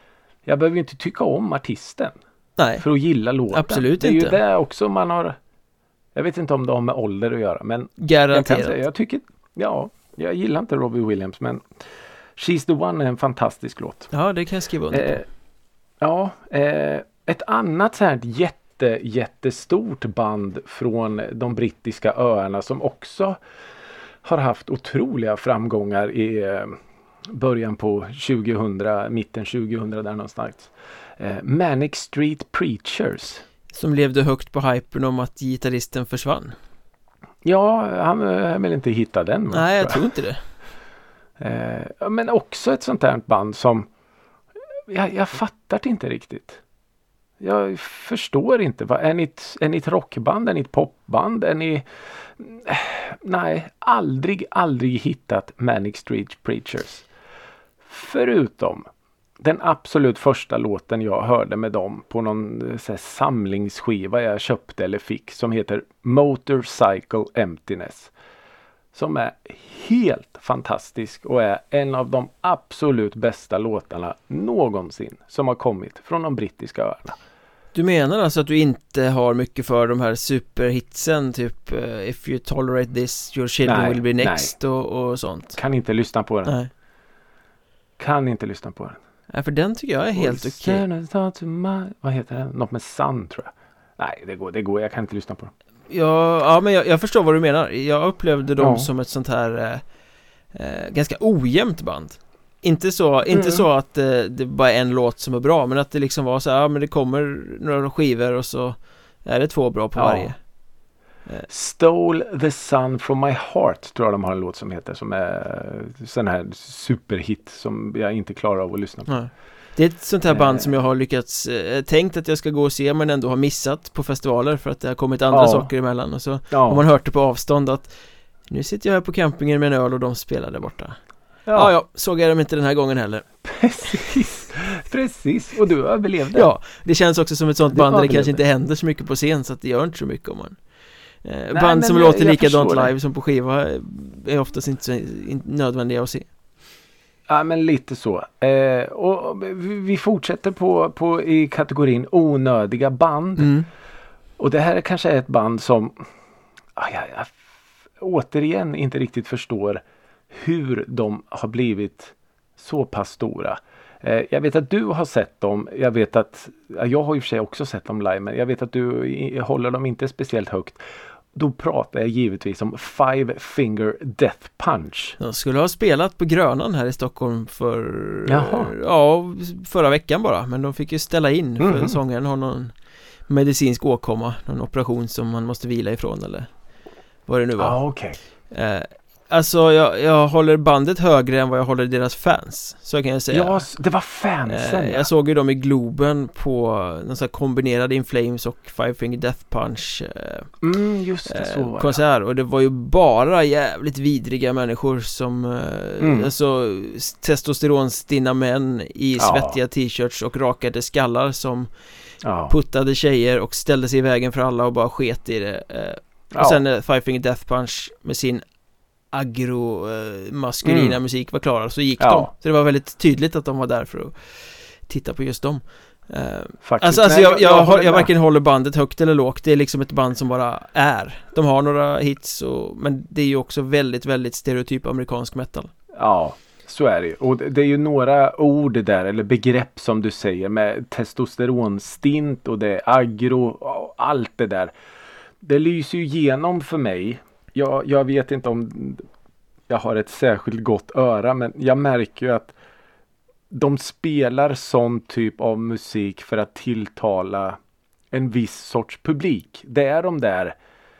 jag behöver ju inte tycka om artisten. Nej. För att gilla låten. Absolut det är inte. ju det också man har. Jag vet inte om det har med ålder att göra. Men Garanterat. jag tycker, jag gillar inte Robbie Williams. Men She's the One är en fantastisk låt. Ja, det kan jag skriva under på. Ett annat så här jättestort band från de brittiska öarna som också har haft otroliga framgångar i början på 2000, mitten 2000 där någonstans. Manic Street Preachers. Som levde högt på hypen om att gitarristen försvann. Ja, han vill inte hitta den. Nej, jag tror inte det. Men också ett sånt här band som jag fattar det inte riktigt. Jag förstår inte. Är ni ett rockband? Är ni ett popband? Är ni... Nej, aldrig hittat Manic Street Preachers. Förutom den absolut första låten jag hörde med dem på någon så här, samlingsskiva jag köpte eller fick som heter Motorcycle Emptiness. Som är helt fantastisk och är en av de absolut bästa låtarna någonsin som har kommit från de brittiska öarna. Du menar alltså att du inte har mycket för de här superhitsen typ If You Tolerate This, Your Children Will Be Next och sånt? Kan inte lyssna på den. Nej. Kan inte lyssna på den. Nej, för den tycker jag är helt okej. Vad heter den? Något med Sun tror jag. Nej, det går. Jag kan inte lyssna på den. Ja, men jag förstår vad du menar. Jag upplevde dem som ett sånt här ganska ojämnt band. Inte så att det bara är en låt som är bra, men att det liksom var så här, men det kommer några skivor och så är det 2 bra på varje. Stole the Sun from My Heart tror jag de har en låt som heter, som är sån här superhit som jag inte klarar av att lyssna på. Ja. Det är ett sånt här band som jag har lyckats tänkt att jag ska gå och se, men ändå har missat på festivaler för att det har kommit andra saker emellan, och så har man hört det på avstånd att nu sitter jag här på campingen med en öl och de spelar där borta. Ja, såg jag dem inte den här gången heller. Precis. Och du överlevde. Ja, det känns också som ett sånt band där det kanske inte händer så mycket på scen, så att det gör inte så mycket om man band som låter likadant live som på skiva är oftast inte så nödvändiga att se. Ja, men lite så. Och vi fortsätter på i kategorin onödiga band. Och det här kanske är ett band som jag återigen inte riktigt förstår hur de har blivit så pass stora. Jag vet att du har sett dem. Jag vet att jag har i och för sig också sett dem live, men jag vet att du håller dem inte speciellt högt. Då pratar jag givetvis om Five Finger Death Punch. De skulle ha spelat på Grönan här i Stockholm förra veckan bara, men de fick ju ställa in för sångaren har någon medicinsk åkomma, någon operation som man måste vila ifrån eller vad det nu var. Okej. Alltså jag håller bandet högre än vad jag håller deras fans, så kan jag säga. Ja, det var fansen. Jag såg ju dem i Globen på någon sån här kombinerad In Flames och Five Finger Death Punch just det, så var konsert, och det var ju bara jävligt vidriga människor som alltså testosteronstinna män i svettiga t-shirts och rakade skallar som puttade tjejer och ställde sig i vägen för alla och bara sket i det. Och sen Five Finger Death Punch med sin agro-maskulina musik var klar, så gick de. Så det var väldigt tydligt att de var där för att titta på just dem. Jag varken håller bandet högt eller lågt. Det är liksom ett band som bara är. De har några hits men det är ju också väldigt, väldigt stereotyp amerikansk metal. Ja, så är det. Och det är ju några ord där, eller begrepp som du säger, med testosteronstint och det är agro och allt det där. Det lyser ju igenom för mig. Jag vet inte om jag har ett särskilt gott öra, men jag märker ju att de spelar sån typ av musik för att tilltala en viss sorts publik. Det är de där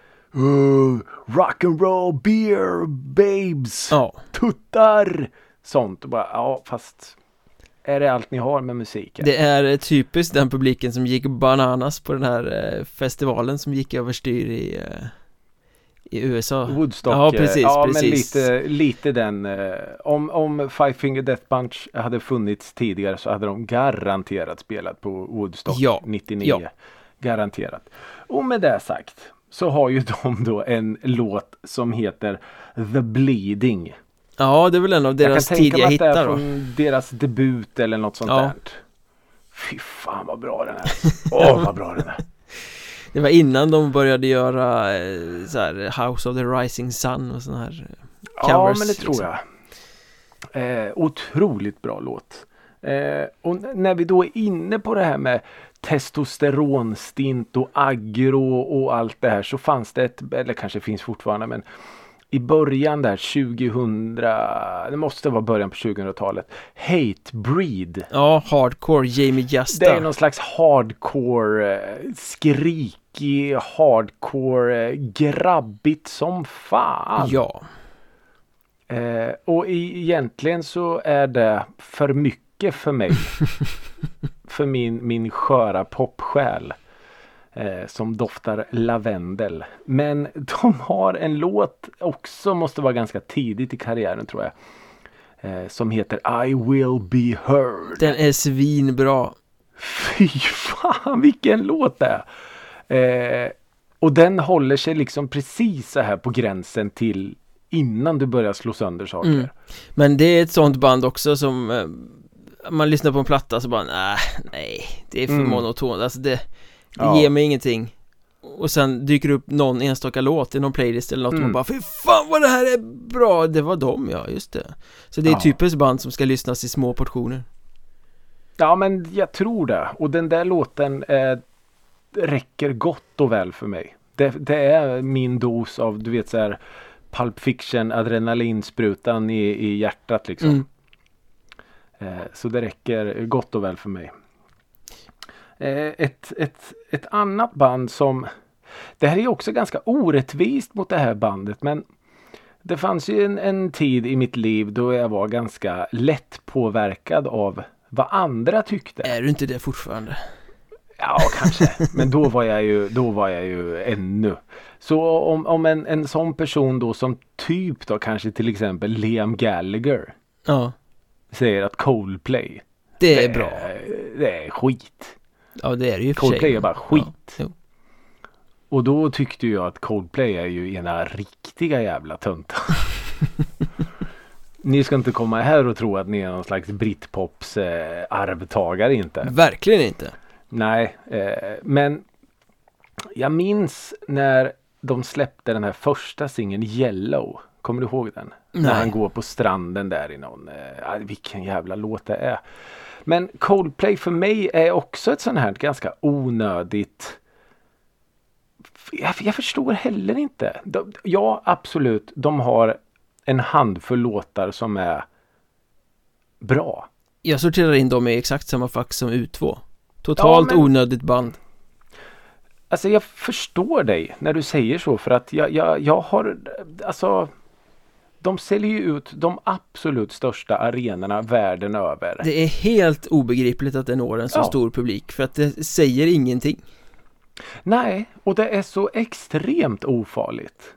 rock and roll, beer, babes, tuttar, sånt. Bara, fast är det allt ni har med musiken? Det är typiskt den publiken som gick bananas på den här festivalen som gick överstyr i USA. Woodstock. Ja, precis. Men lite den. Om Five Finger Death Punch hade funnits tidigare så hade de garanterat spelat på Woodstock 99. Ja. Garanterat. Och med det sagt så har ju de då en låt som heter The Bleeding. Ja, det är väl en av deras tidiga hittar. Jag kan tänka mig att det är från deras debut eller något sånt där. Fy fan vad bra den är. Åh vad bra den är. Det var innan de började göra så här, House of the Rising Sun och såna här covers. Ja, men det liksom. tror jag. Otroligt bra låt. Och när vi då är inne på det här med testosteronstint och aggro och allt det här, så fanns det ett, eller kanske finns fortfarande, men i början där 2000, det måste vara början på 2000-talet, Hatebreed. Ja, hardcore Jamie Justa. Det är någon slags hardcore, skrikig, hardcore, grabbigt som fan. Ja. Och egentligen så är det för mycket för mig. För min sköra popsjäl. Som doftar lavendel. Men de har en låt också, måste vara ganska tidigt i karriären tror jag. Som heter I Will Be Heard. Den är svinbra. Fy fan vilken låt det är. Och den håller sig liksom precis så här på gränsen till innan du börjar slå sönder saker. Men det är ett sånt band också som man lyssnar på en platta så bara nej, det är för monotont. Alltså det ger mig ingenting. Och sen dyker upp någon enstaka låt i någon playlist eller något och man bara, fy fan vad det här är bra. Det var dem, ja just det. Så det är typiskt band som ska lyssnas i små portioner. Ja, men jag tror det. Och den där låten räcker gott och väl för mig. Det är min dos av, du vet så här, Pulp Fiction, adrenalinsprutan i hjärtat liksom. Så det räcker gott och väl för mig. Ett annat band som, det här är också ganska orättvist mot det här bandet, men det fanns ju en tid i mitt liv då jag var ganska lätt påverkad av vad andra tyckte. Är du inte det fortfarande? Ja, kanske. Men då var jag ju ännu. Så om en sån person då som typ då kanske till exempel Liam Gallagher säger att Coldplay det är bra. Det är skit. Ja, det är det ju för Coldplay sig. är bara skit. Ja. Och då tyckte jag att Coldplay är ju ena riktiga jävla töntar. Ni ska inte komma här och tro att ni är någon slags Britpops arvtagare inte. Verkligen inte. Nej, men jag minns när de släppte den här första singeln Yellow. Kommer du ihåg den? Nej. När han går på stranden där i någon, vilken jävla låt det är. Men Coldplay för mig är också ett sånt här ganska onödigt. Jag förstår heller inte. Ja, absolut. De har en handfull låtar som är bra. Jag sorterar in dem i exakt samma fack som U2. Totalt onödigt band. Alltså jag förstår dig när du säger så, för att jag har, alltså de säljer ju ut de absolut största arenorna världen över. Det är helt obegripligt att det når en så stor publik, för att det säger ingenting. Nej, och det är så extremt ofarligt.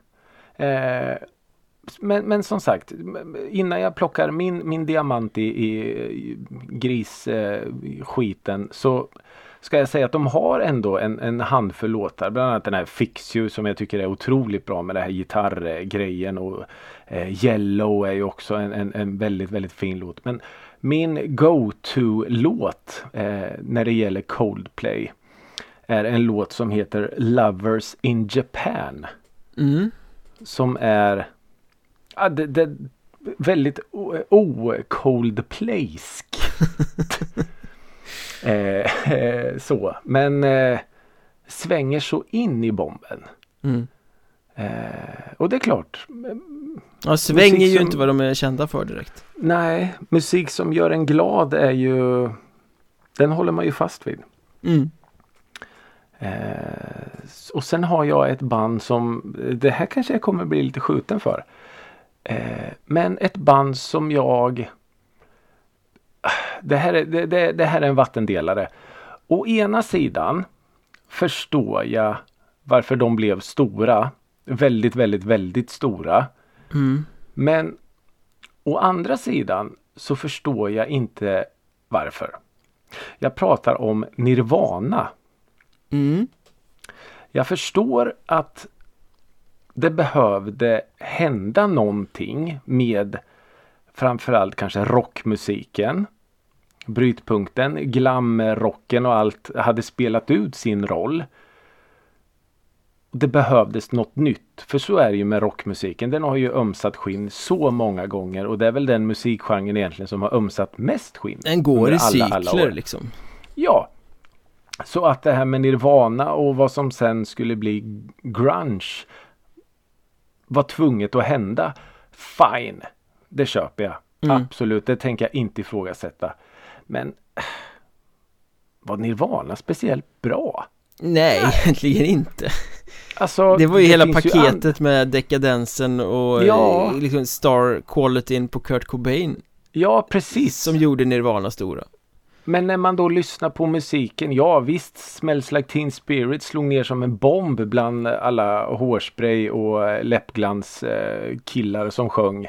Men som sagt, innan jag plockar min diamant i grisskiten så ska jag säga att de har ändå en handfull låtar. Bland annat den här Fix You som jag tycker är otroligt bra med det här gitarrgrejen. Och Yellow är ju också en väldigt, väldigt fin låt. Men min go-to-låt när det gäller Coldplay är en låt som heter Lovers in Japan. Som är det väldigt Coldplaysk. Så, men svänger så in i bomben. Och det är klart. Ja, svänger ju inte vad de är kända för direkt. Nej, musik som gör en glad är ju, den håller man ju fast vid. Och sen har jag ett band som, det här kanske jag kommer bli lite skjuten för. Men ett band som det här är en vattendelare. Å ena sidan förstår jag varför de blev stora. Väldigt, väldigt, väldigt stora. Men å andra sidan så förstår jag inte varför. Jag pratar om Nirvana. Jag förstår att det behövde hända någonting med framförallt kanske rockmusiken. brytpunkten. Glamrocken och allt hade spelat ut sin roll. Det behövdes något nytt. För så är det ju med rockmusiken. Den har ju ömsat skinn så många gånger. Och det är väl den musikgenren egentligen som har ömsat mest skinn. Den går i cykler liksom. Ja. Så att det här med Nirvana och vad som sen skulle bli grunge var tvunget att hända. Fine. Det köper jag. Absolut. Det tänker jag inte ifrågasätta. Men var Nirvana speciellt bra? Nej, egentligen inte. Alltså, det var ju hela paketet med dekadensen och liksom star qualityn på Kurt Cobain. Ja, precis. Som gjorde Nirvana stora. Men när man då lyssnar på musiken, ja visst, Smells Like Teen Spirit slog ner som en bomb bland alla hårspray och läppglans killar som sjöng.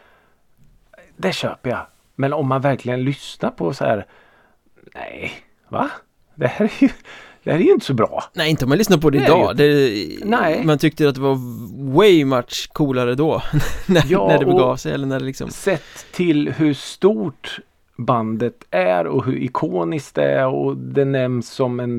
Det köper jag. Men om man verkligen lyssnar på så här, nej, va? Det här är ju inte så bra. Nej, inte om man lyssnar på det idag. Nej. Man tyckte att det var way much coolare då. när det begav sig. Eller när det liksom... Sett till hur stort bandet är och hur ikoniskt det är. Och det nämns som en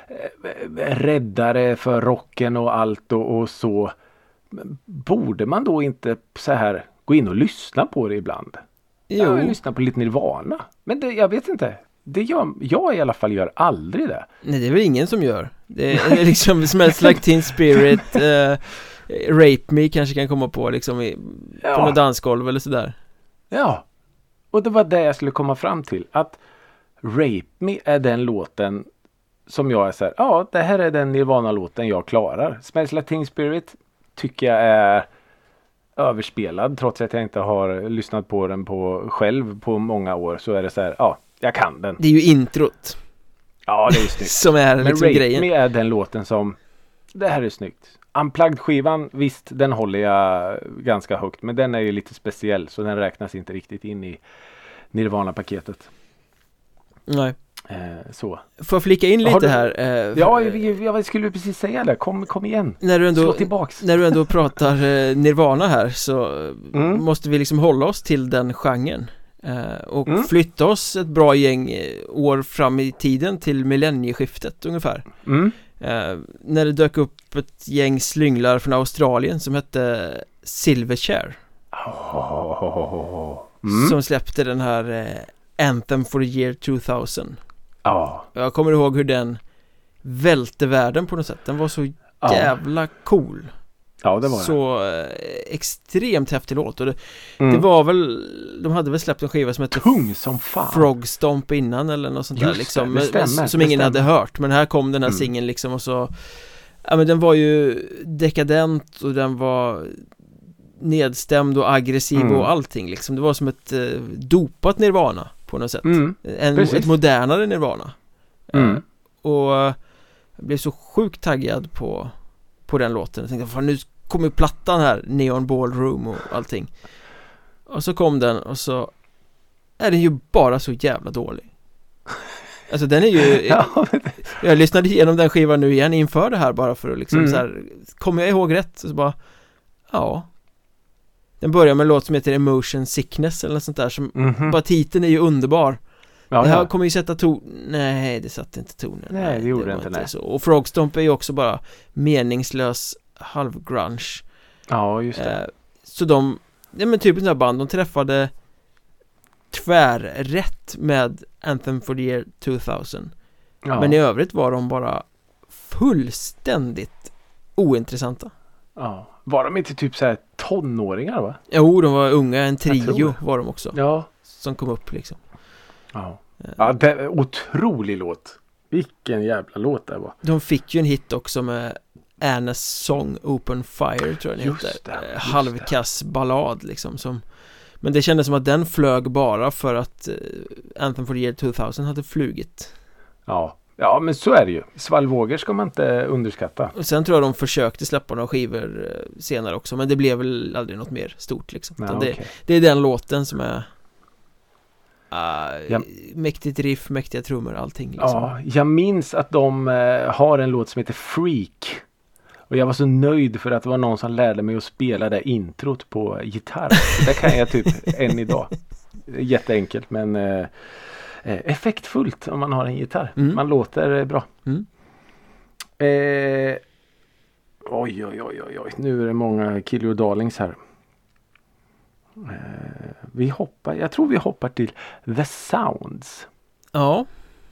räddare för rocken och allt och så. Borde man då inte så här gå in och lyssna på det ibland? Jo. Jag lyssnar på lite Nirvana. Men jag vet inte. Det jag i alla fall gör aldrig det. Nej, det är väl ingen som gör. Det är liksom Smells Like Teen Spirit, Rape Me kanske kan komma på liksom på något dansgolv eller sådär. Ja. Och det var det jag skulle komma fram till. Att Rape Me är den låten som jag är så här, ja, det här är den Nirvana-låten jag klarar. Smells Like Teen Spirit tycker jag är överspelad, trots att jag inte har lyssnat på den själv på många år, så är det så här, ja, jag kan den. Det är ju introt. Ja, det är ju snyggt. Som är men liksom grejen. Men är den låten som, det här är snyggt. Unplugged-skivan, visst, den håller jag ganska högt, men den är ju lite speciell, så den räknas inte riktigt in i Nirvana-paketet. Nej. Så. Får jag flika in lite här? Jag skulle precis säga det. Kom igen. Slå tillbaks. När du ändå pratar Nirvana här, så måste vi liksom hålla oss till den genren. Och flytta oss ett bra gäng år fram i tiden till millennieskiftet ungefär. När det dök upp ett gäng slynglar från Australien som hette Silverchair. Som släppte den här Anthem for the Year 2000. Jag kommer ihåg hur den välte världen på något sätt. Den var så jävla cool. Ja, det var så extremt häftig låt. Och det var väl, de hade väl släppt en skiva som hette tung som fan. Frog Stomp innan eller något sånt där liksom, det stämmer, som ingen hade hört. Men här kom den här singeln liksom, och så men den var ju dekadent och den var nedstämd och aggressiv och allting liksom. Det var som ett dopat Nirvana på något sätt. Ett modernare Nirvana. Och jag blev så sjukt taggad på den låten. Jag tänkte, fan, nu kommer plattan här, Neon Ballroom och allting. Och så kom den och så är den ju bara så jävla dålig. Alltså den är ju jag lyssnade igenom den skivan nu igen inför det här bara för att liksom så här, kommer jag ihåg rätt? Så bara, den börjar med en låt som heter Emotion Sickness eller något sånt där som bara titeln är ju underbar. Det här kommer ju sätta nej, det satte inte tonen. Nej, det gjorde det inte. Så. Och Frog Stomp är ju också bara meningslös halvgrunge. Ja, just det. Så men typ en sån här band, de träffade tvärrätt med Anthem for the Year 2000. Men i övrigt var de bara fullständigt ointressanta. Ja. Var de inte typ så här tonåringar, va? Jo, de var unga, en trio var de också. Ja. Som kom upp liksom. Ja, det är otrolig låt. Vilken jävla låt det var. De fick ju en hit också med Annas Song Open Fire, tror jag den heter. Halvkass ballad liksom men det kändes som att den flög bara för att Anthem for the Year 2000 hade flugit. Ja, men så är det ju. Svallvågor ska man inte underskatta. Och sen tror jag de försökte släppa några skivor senare också, men det blev väl aldrig något mer stort liksom. Det är den låten som är mäktigt riff, mäktiga trummor, allting liksom. Ja, jag minns att de har en låt som heter Freak. Och jag var så nöjd för att det var någon som lärde mig att spela det introt på gitarr. Det kan jag typ än idag. Jätteenkelt, men effektfullt om man har en gitarr. Man låter bra. Oj. Nu är det många Kill Darlings här. Jag tror vi hoppar till The Sounds. Ja.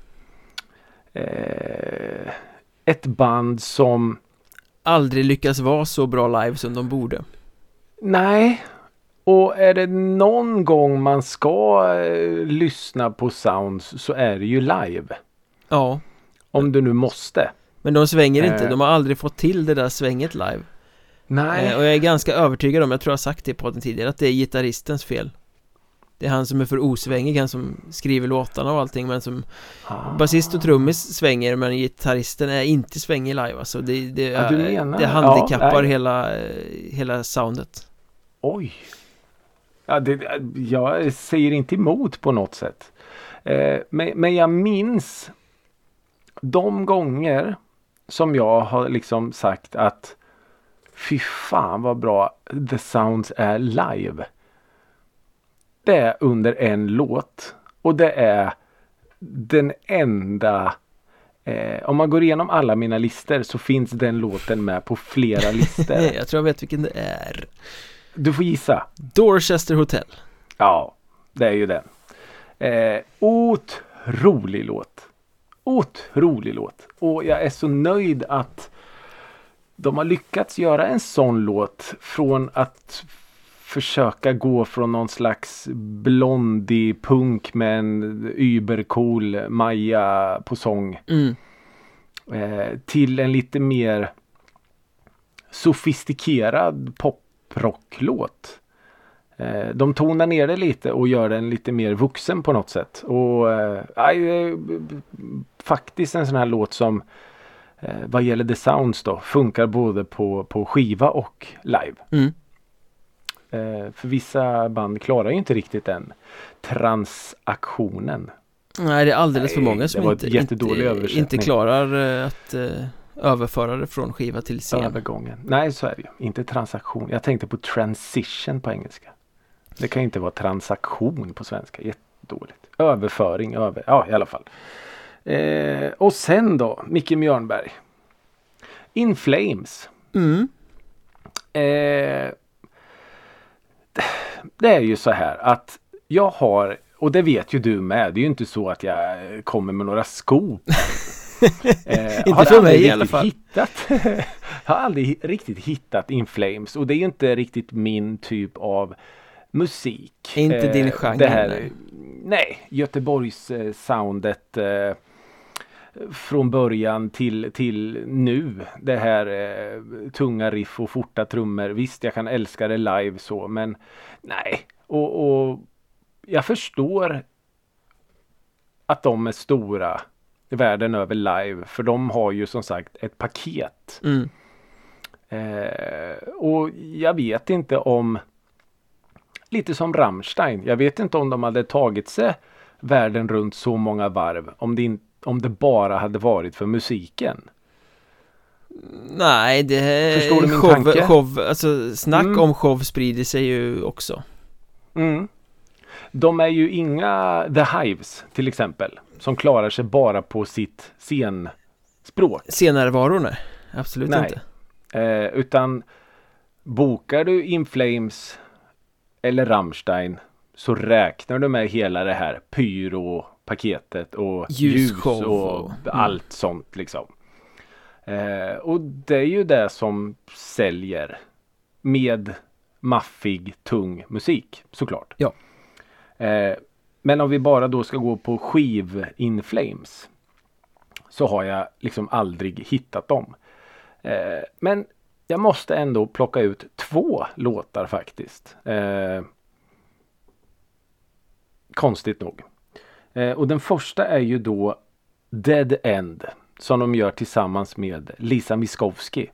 Ett band som aldrig lyckas vara så bra live som de borde. Nej. Och är det någon gång man ska lyssna på Sounds så är det ju live. Ja. Om du nu måste. Men de svänger inte. De har aldrig fått till det där svänget live. Nej. Och jag är ganska övertygad om, jag tror jag har sagt det på den tidigare, att det är gitarristens fel. Det är han som är för osvängig, han som skriver låtarna och allting, men som basist och trummis svänger, men gitarristen är inte svängig live. Alltså det handikappar hela soundet. Oj. Ja, jag säger inte emot på något sätt. Men jag minns de gånger som jag har liksom sagt att fy fan vad bra The Sounds är live. Det är under en låt. Och det är den enda... om man går igenom alla mina listor så finns den låten med på flera listor. Jag tror jag vet vilken det är. Du får gissa. Dorchester Hotel. Ja, det är ju den. Otrolig låt. Otrolig låt. Och jag är så nöjd att de har lyckats göra en sån låt från att försöka gå från någon slags blondie punk med en übercool Maja på sång till en lite mer sofistikerad poprocklåt. De tonar ner det lite och gör den lite mer vuxen på något sätt. Och faktiskt en sån här låt som vad gäller The Sounds då funkar både på skiva och live. För vissa band klarar ju inte riktigt den transaktionen. Nej, det är alldeles för många som inte klarar att överföra det från skiva till scen. Övergången. Nej, så är det ju. Inte transaktion. Jag tänkte på transition på engelska. Det kan ju inte vara transaktion på svenska. Jättedåligt. Överföring. Ja, i alla fall. Och sen då, Micke Mjörnberg. In Flames. Det är ju så här att jag har, och det vet ju du med, det är ju inte så att jag kommer med några skop. Inte för mig i alla fall. Jag har aldrig riktigt hittat In Flames, och det är ju inte riktigt min typ av musik. Inte din genre. Det här, nej, Göteborgs soundet från början till nu. Det här tunga riff och forta trummor. Visst, jag kan älska det live så, men nej. Och jag förstår att de är stora världen över live, för de har ju som sagt ett paket. Och jag vet inte om, lite som Rammstein, jag vet inte om de hade tagit sig världen runt så många varv om det bara hade varit för musiken. Nej, det är förstår du min tanke? Show, alltså snack om show sprider sig ju också. De är ju inga The Hives till exempel, som klarar sig bara på sitt scenspråk. Scenärvarorna, absolut inte. Utan bokar du In Flames eller Rammstein så räknar du med hela det här pyro-paketet och ljus och allt sånt liksom. Och det är ju det som säljer med maffig, tung musik, såklart. Ja. Men om vi bara då ska gå på skiv In Flames så har jag liksom aldrig hittat dem. Men jag måste ändå plocka ut 2 låtar faktiskt. Konstigt nog. Och den första är ju då Dead End, som de gör tillsammans med Lisa Miskovsky.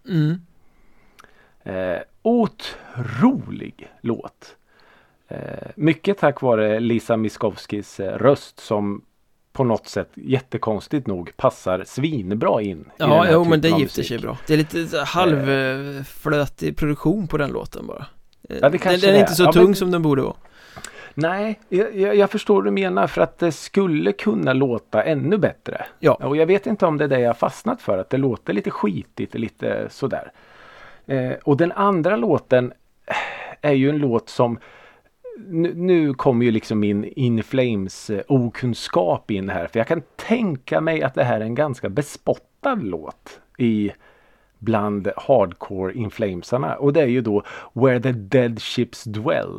Otrolig låt. Mycket tack vare Lisa Miskovskys röst, som på något sätt jättekonstigt nog passar svinbra in. Ja, men det gifter sig bra. Det är lite halvflötig produktion på den låten bara. Ja, det den är inte så tung som den borde vara. Nej, jag förstår vad du menar, för att det skulle kunna låta ännu bättre. Ja. Och jag vet inte om det är det jag har fastnat för, att det låter lite skitigt, lite sådär. Och den andra låten är ju en låt som nu kommer ju liksom min In Flames okunskap in här, för jag kan tänka mig att det här är en ganska bespottad låt bland hardcore In Flamesarna, och det är ju då Where the Dead Ships Dwell.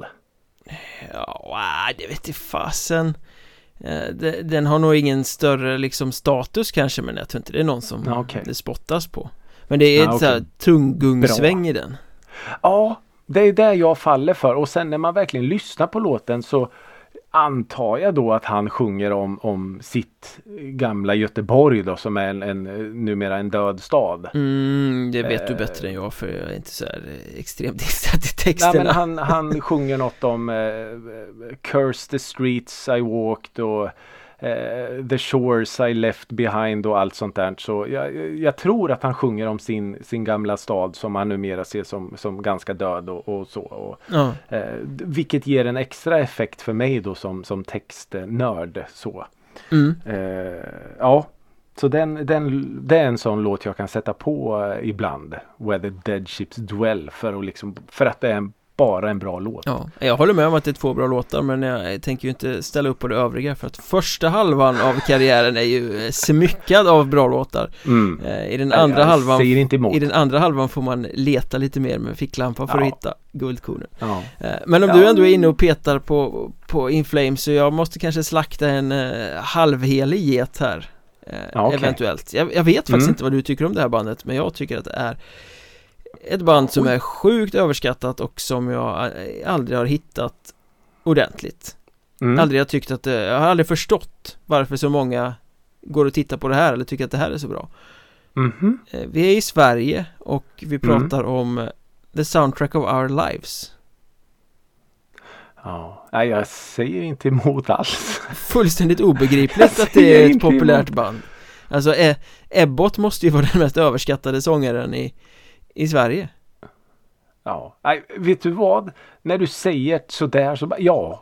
Ja, det vet jag fasen. Den har nog ingen större liksom status kanske, men jag tror inte det är någon som det spottas på. Men det är ett så här tunggungsväng i den. Ja, det är det jag faller för. Och sen när man verkligen lyssnar på låten så antar jag då att han sjunger om sitt gamla Göteborg då, som är numera en död stad. Det vet du bättre än jag, för jag är inte så här extremt insatt i texterna. Nej, men han sjunger något om Curse the streets I walked och the shores I left behind och allt sånt där. Så jag tror att han sjunger om sin gamla stad som han numera ser som ganska död och så. Och, vilket ger en extra effekt för mig då som textnörd. Så. Ja, så det är en sån låt jag kan sätta på ibland. Where the Dead Ships Dwell, för att det är bara en bra låt. Ja, jag håller med om att det är 2 bra låtar, men jag tänker ju inte ställa upp på det övriga, för att första halvan av karriären är ju smyckad av bra låtar. I den andra halvan får man leta lite mer med ficklampan för att hitta guldkornen. Men om du ändå är inne och petar på In Flames, så jag måste kanske slakta en halvhelig get här. Eventuellt. Jag vet faktiskt inte vad du tycker om det här bandet, men jag tycker att det är ett band som är sjukt överskattat och som jag aldrig har hittat ordentligt. Jag har aldrig förstått varför så många går och tittar på det här eller tycker att det här är så bra. Vi är i Sverige och vi pratar om The Soundtrack of Our Lives. Ja, jag säger inte emot alls. Fullständigt obegripligt att det är ett populärt band. Alltså Ebbot måste ju vara den mest överskattade sångaren i Sverige. Ja, vet du vad? När du säger sådär så ja.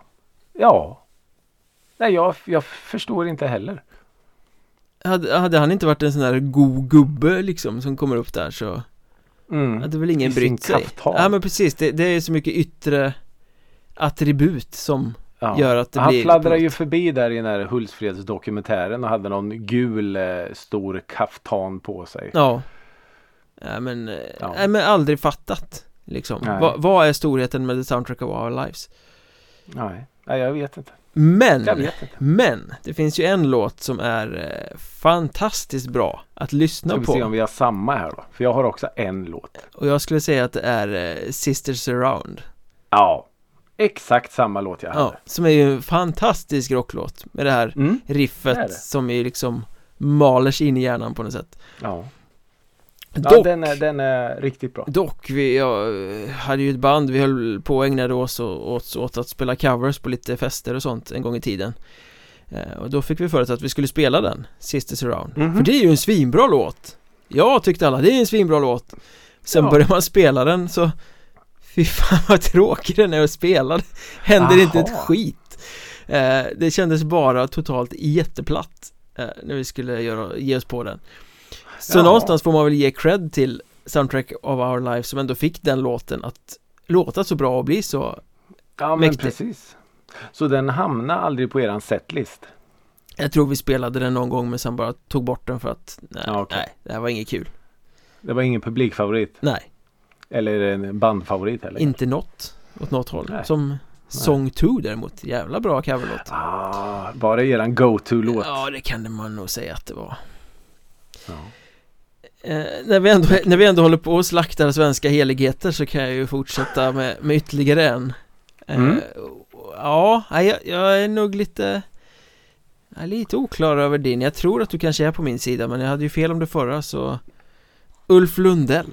Nej, jag förstår inte heller. Hade han inte varit en sån där god gubbe liksom som kommer upp där, så hade väl ingen brytt sig. Ja, men precis, det är så mycket yttre attribut som gör att det han blir... Han fladdrar ju förbi där i den här Hultsfreds dokumentären och hade någon gul stor kaftan på sig. Ja, men aldrig fattat liksom. Vad är storheten med The Soundtrack of Our Lives? Nej, jag vet inte. Men det finns ju en låt som är fantastiskt bra att lyssna på. Ska vi se om vi har samma här då? För jag har också en låt. Och jag skulle säga att det är Sisters Around. Ja, exakt samma låt jag hade. Ja, som är ju en fantastisk rocklåt med det här riffet som är liksom maler sig in i hjärnan på något sätt. Ja. Dock, den är riktigt bra. Dock, jag hade ju ett band, vi höll på och ägnade oss åt att spela covers på lite fester och sånt en gång i tiden. Och då fick vi för att vi skulle spela den, Sisters Around. För det är ju en svinbra låt. Jag tyckte alla, det är en svinbra låt. Sen börjar man spela den, så fy fan vad tråkig den är att spela. Det händer inte ett skit. Det kändes bara totalt jätteplatt när vi skulle ge oss på den. Så någonstans får man väl ge cred till Soundtrack of Our Lives som ändå fick den låten att låta så bra och bli så men mäktig. Precis. Så den hamnade aldrig på eran setlist? Jag tror vi spelade den någon gång, men sen bara tog bort den för att nej, det här var inget kul. Det var ingen publikfavorit? Nej. Eller en bandfavorit heller? Inte åt något håll. Nej. Som Song 2 däremot, jävla bra coverlåt. Var det eran go-to-låt? Ja, det kan man nog säga att det var. Ja. När vi ändå håller på och slaktar svenska heligheter, så kan jag ju fortsätta med ytterligare en. Jag är nog lite oklar över din. Jag tror att du kanske är på min sida, men jag hade ju fel om det förra, så Ulf Lundell.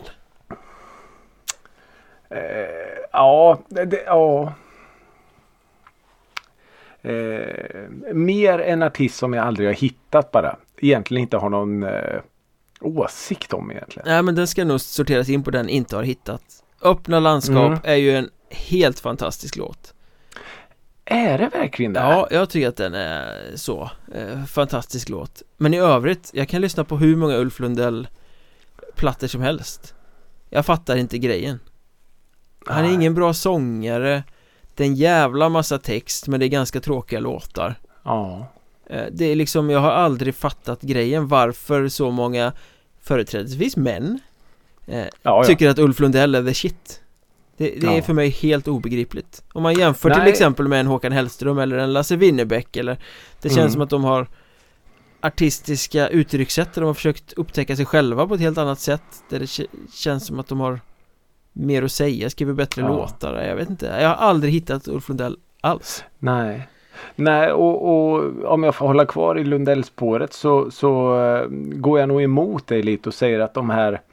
Mer en artist som jag aldrig har hittat, bara egentligen inte har någon åsikt om egentligen. Nej, men den ska nog sorteras in på den inte har hittat. Öppna landskap är ju en helt fantastisk låt. Är det verkligen det? Ja, jag tycker att den är så fantastisk låt. Men i övrigt, jag kan lyssna på hur många Ulf Lundell-plattor som helst. Jag fattar inte grejen. Han är ingen bra sångare. Det är en jävla massa text, men det är ganska tråkiga låtar. Ja. Det är liksom, jag har aldrig fattat grejen. Varför så många, företrädesvis män, tycker att Ulf Lundell är the shit. Det är för mig helt obegripligt. Om man jämför till exempel med en Håkan Hellström eller en Lasse Winnerbäck, eller det känns som att de har artistiska uttryckssätt där de har försökt upptäcka sig själva på ett helt annat sätt, där det känns som att de har mer att säga, skriver bättre låtar. Jag vet inte, jag har aldrig hittat Ulf Lundell alls. Nej, och om jag får hålla kvar i Lundell-spåret så går jag nog emot dig lite och säger att de här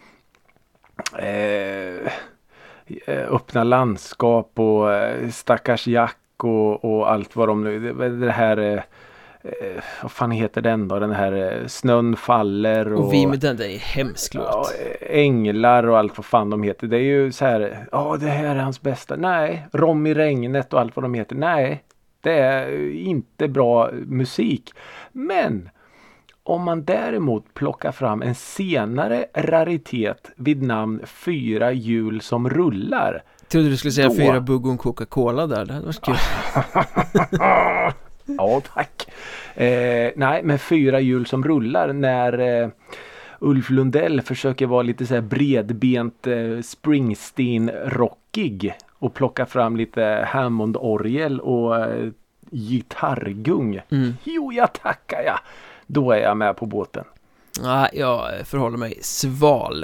öppna landskap och stackars Jack och allt vad de nu, det här vad fan heter den då, den här Snön faller och vi med den är hemsk låt. Änglar och allt vad fan de heter, det är ju så här, det här är hans bästa. Nej, Rom i regnet och allt vad de heter, nej, det är inte bra musik. Men om man däremot plockar fram en senare raritet vid namn 4 hjul som rullar. Jag trodde du skulle säga 4 buggon Coca-Cola där. Det var kul. Ja, tack. Nej, men 4 hjul som rullar, när Ulf Lundell försöker vara lite så här bredbent Springsteen-rockig och plocka fram lite Hammond-orgel och gitarrgung. Jo, jag tackar jag. Då är jag med på båten. Ja, jag förhåller mig sval.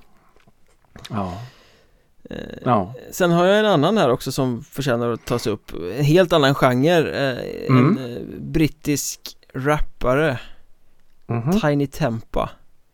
Ja. Sen har jag en annan här också som förtjänar att tas upp. En helt annan genre. En brittisk rappare. Tiny Tempa.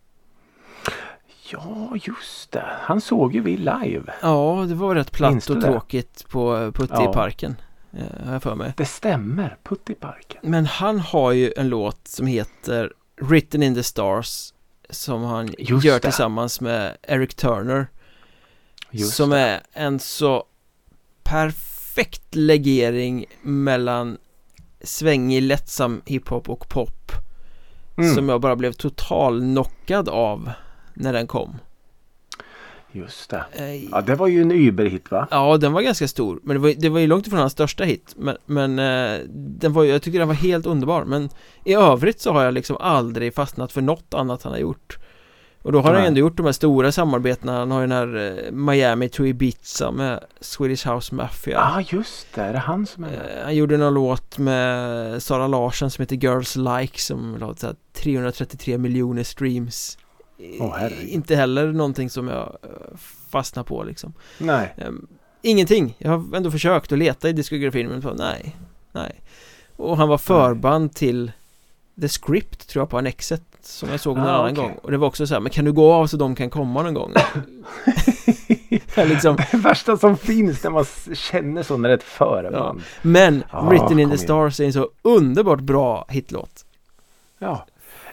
Ja, just det. Han såg ju vi live. Ja, det var rätt platt och tråkigt på Putte i parken. Har jag för mig. Det stämmer, Putte i parken. Men han har ju en låt som heter Written in the Stars, som han gör tillsammans med Eric Turner. Som är en så perfekt legering mellan svängig, lättsam hiphop och pop, som jag bara blev total knockad av när den kom. Just det. Ja, det var ju en überhit, va? Ja, den var ganska stor. Men det var ju långt ifrån hans största hit. Men den var, jag tycker den var helt underbar. Men i övrigt så har jag liksom aldrig fastnat för något annat han har gjort. Och då har han ändå gjort de här stora samarbetena. Han har ju den här Miami to Ibiza med Swedish House Mafia. Ja, just det. Är det han som är han gjorde någon låt med Sara Larsson som heter Girls Like, som låter 333 miljoner streams. Inte heller någonting som jag fastnar på liksom. Nej. Ingenting. Jag har ändå försökt att leta i diskografin, men nej. Och han var förband till The Script, tror jag, på Annexet, som jag såg någon annan gång. Och det var också så här, men kan du gå av så de kan komma någon gång? Liksom. Det värsta som finns när man känner så, när det är ett förband. Ja. Men Written in the Stars är en så underbart bra hitlåt. Ja.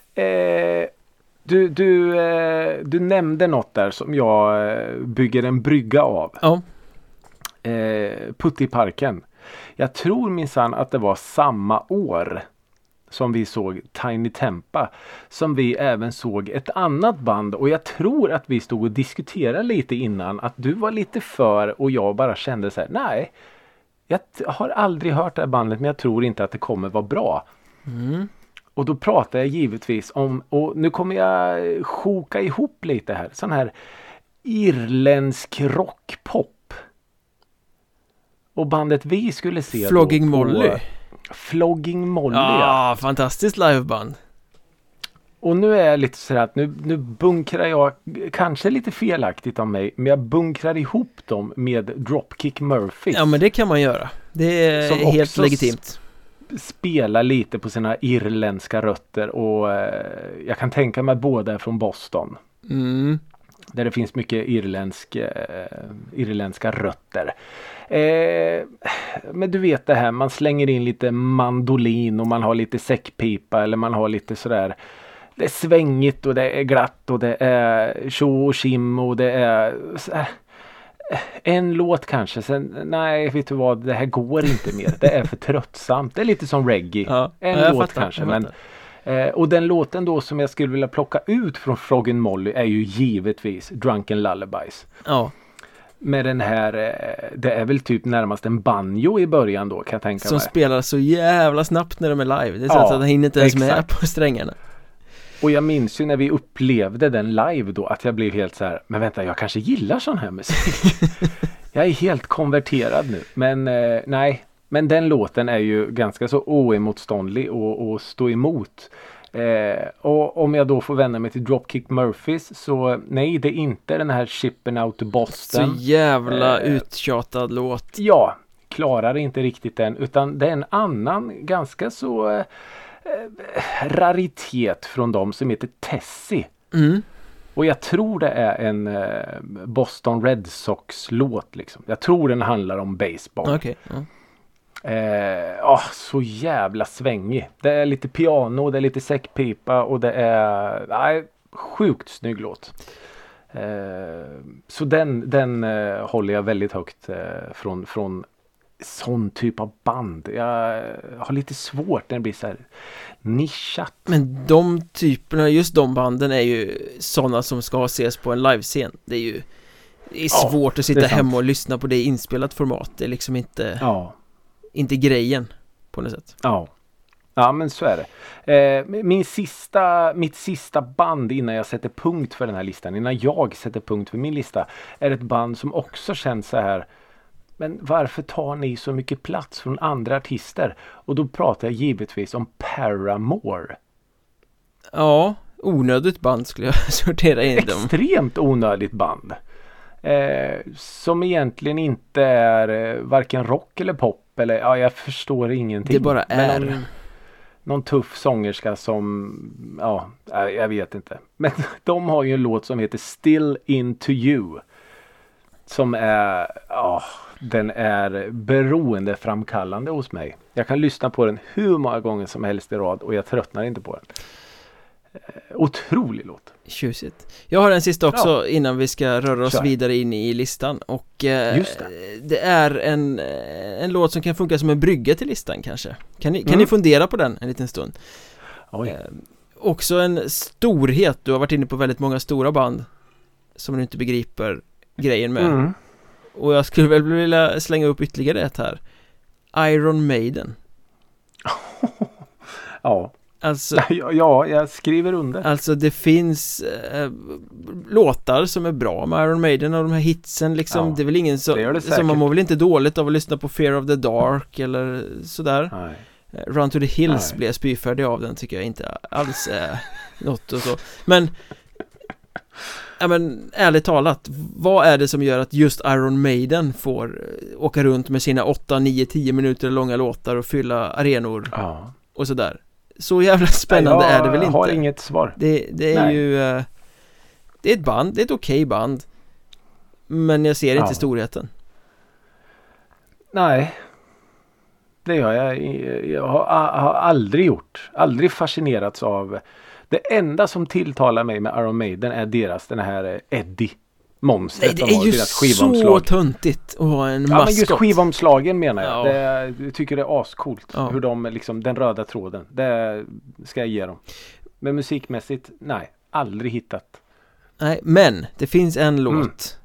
Du nämnde något där som jag bygger en brygga av. Ja. Putte i parken. Jag tror minsann att det var samma år som vi såg Tiny Tempa, som vi även såg ett annat band, och jag tror att vi stod och diskuterade lite innan att du var lite för, och jag bara kände så här: nej, jag har aldrig hört det här bandet, men jag tror inte att det kommer vara bra. Och då pratar jag givetvis om, och nu kommer jag sjoka ihop lite här, sån här irländsk rockpop. Och bandet vi skulle se Flogging Molly. Flogging Molly. Ja, fantastiskt liveband. Och nu är jag lite så här att nu bunkrar jag, kanske lite felaktigt av mig, men jag bunkrar ihop dem med Dropkick Murphys. Ja, men det kan man göra. Det är som helt legitimt. Spela lite på sina irländska rötter, och jag kan tänka mig att båda är från Boston. Där det finns mycket irländska rötter. Men du vet det här, man slänger in lite mandolin och man har lite säckpipa, eller man har lite sådär, det är svängigt och det är glatt och det är tjo och kim och det är sådär. En låt kanske, sen nej vet du vad, det här går inte mer. Det är för tröttsamt. Det är lite som reggae. Ja, en låt kanske, men och den låten då som jag skulle vilja plocka ut från Flogging Molly är ju givetvis Drunken Lullabies. Ja. Med den här, det är väl typ närmast en banjo i början då, kan jag tänka mig. Som spelar så jävla snabbt när de är live. Det är så att han hinner inte ens med på strängarna. Och jag minns ju när vi upplevde den live då att jag blev helt så här, men vänta, jag kanske gillar sån här musik. Jag är helt konverterad nu. Men nej, men den låten är ju ganska så oemotståndlig och stå emot. Och om jag då får vända mig till Dropkick Murphys, så nej, det är inte den här Shipping Out to Boston. Så jävla uttjatad låt. Ja, klarar inte riktigt den, utan det är en annan ganska så raritet från dem som heter Tessie. Och jag tror det är en Boston Red Sox låt liksom. Jag tror den handlar om baseball. Okej. Så jävla svängig. Det är lite piano, det är lite säckpipa och det är sjukt snygg låt. Så den håller jag väldigt högt från sån typ av band. Jag har lite svårt när det blir så här nischat. Men de typerna, just de banden är ju sådana som ska ses på en livescen. Det är svårt att sitta hemma och lyssna på det i inspelat format. Det är liksom inte grejen på något sätt. Ja, men så är det. Mitt sista band innan jag sätter punkt för den här listan, innan jag sätter punkt för min lista, är ett band som också känns så här, men varför tar ni så mycket plats från andra artister? Och då pratar jag givetvis om Paramore. Ja, onödigt band skulle jag sortera in dem. Extremt onödigt band. Som egentligen inte är varken rock eller pop. Eller, jag förstår ingenting. Det bara är. Någon tuff sångerska som, jag vet inte. Men de har ju en låt som heter Still Into You. Som är, den är beroendeframkallande hos mig. Jag kan lyssna på den hur många gånger som helst i rad och jag tröttnar inte på den. Otrolig låt. Tjusigt. Jag har en sista också innan vi ska röra oss vidare in i listan. Och det är en låt som kan funka som en brygga till listan kanske. Kan ni fundera på den en liten stund? Också en storhet. Du har varit inne på väldigt många stora band som du inte begriper grejen med. Och jag skulle väl vilja slänga upp ytterligare ett här. Iron Maiden. Alltså, jag skriver under. Alltså det finns låtar som är bra med Iron Maiden och de här hitsen liksom, det är väl ingen som man mår väl inte dåligt av att lyssna på Fear of the Dark eller sådär. Run to the Hills blev spyfärdig av den, tycker jag inte alls är något och så. Men ärligt talat, vad är det som gör att just Iron Maiden får åka runt med sina 8, 9, 10 minuter långa låtar och fylla arenor och sådär? Så jävla spännande är det väl inte? Jag har inget svar. Det är ju det är ett band, det är ett okej band, men jag ser inte storheten. Nej, det gör jag har aldrig fascinerats av. Det enda som tilltalar mig med Iron Maiden är den här Eddie monstret. Nej, det är ju så töntigt att ha en maskot. Men just skivomslagen menar jag. Jag tycker det är ascoolt. Hur de liksom, den röda tråden. Det ska jag ge dem. Men musikmässigt, nej. Aldrig hittat. Nej, men det finns en låt.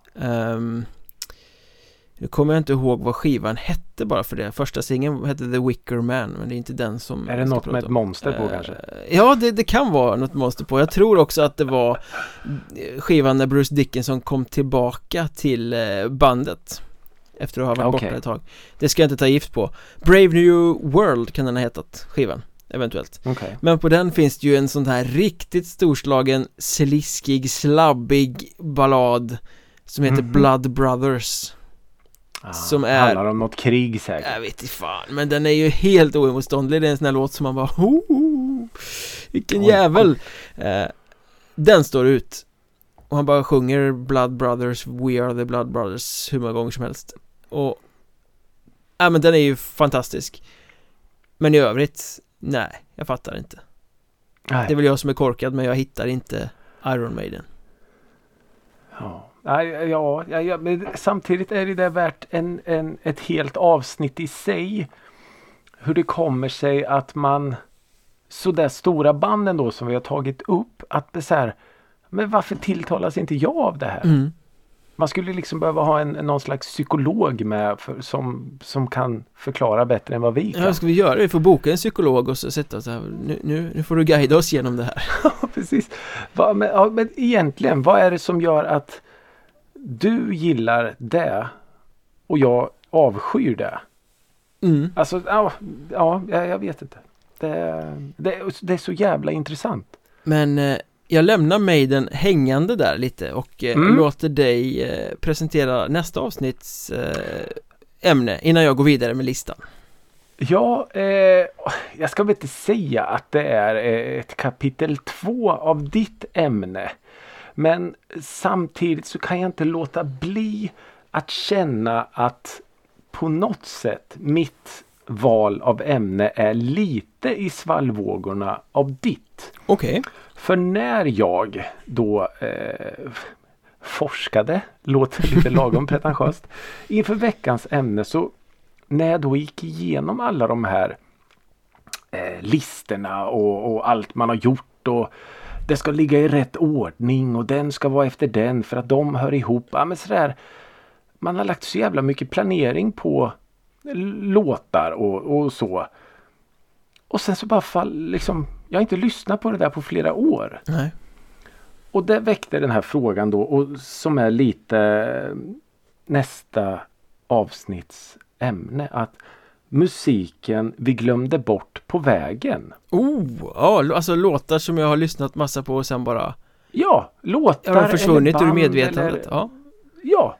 Nu kommer jag inte ihåg vad skivan hette bara för det. Första singeln hette The Wicker Man, men det är inte den som... Är det något med ett monster på kanske? Ja, det kan vara något monster på. Jag tror också att det var skivan när Bruce Dickinson kom tillbaka till bandet efter att ha varit borta ett tag. Det ska jag inte ta gift på. Brave New World kan den ha hetat, skivan, eventuellt. Men på den finns det ju en sån här riktigt storslagen, sliskig, slabbig ballad som heter Blood Brothers. Som handlar om något krig säkert. Jag vet inte fan, men den är ju helt oemotståndlig. Det är en sån här låt som man bara vilken jävel. Den står ut och han bara sjunger Blood Brothers, We Are the Blood Brothers hur många gånger som helst. Och men den är ju fantastisk. Men i övrigt, nej, jag fattar inte. Det är väl jag som är korkad, men jag hittar inte Iron Maiden. Men samtidigt är det värt ett helt avsnitt i sig. Hur det kommer sig att man så där stora banden då som vi har tagit upp, att det så här, men varför tilltalas inte jag av det här? Man skulle liksom behöva ha någon slags psykolog med som kan förklara bättre än vad vi kan. Ja, vad ska vi göra? Vi får boka en psykolog och så sätta oss här. Nu får du guida oss genom det här. Ja, precis. Men egentligen, vad är det som gör att du gillar det och jag avskyr det? Alltså, jag vet inte. Det är så jävla intressant. Men jag lämnar Maiden hängande där lite och låter dig presentera nästa avsnitts ämne innan jag går vidare med listan. Ja, jag ska väl inte säga att det är ett kapitel 2 av ditt ämne. Men samtidigt så kan jag inte låta bli att känna att på något sätt mitt val av ämne är lite i svallvågorna av ditt. Okej. För när jag då forskade, låter lite lagom pretentiöst, inför veckans ämne, så när jag då gick igenom alla de här listorna och allt man har gjort, och det ska ligga i rätt ordning och den ska vara efter den för att de hör ihop. Ja, men sådär, man har lagt så jävla mycket planering på låtar och så. Och sen så bara liksom, jag har inte lyssnat på det där på flera år. Nej. Och det väckte den här frågan då, och som är lite nästa avsnittsämne, att musiken vi glömde bort på vägen. Alltså låtar som jag har lyssnat massa på och sen bara... Ja, låtar har försvunnit ur medvetandet. Eller, ja.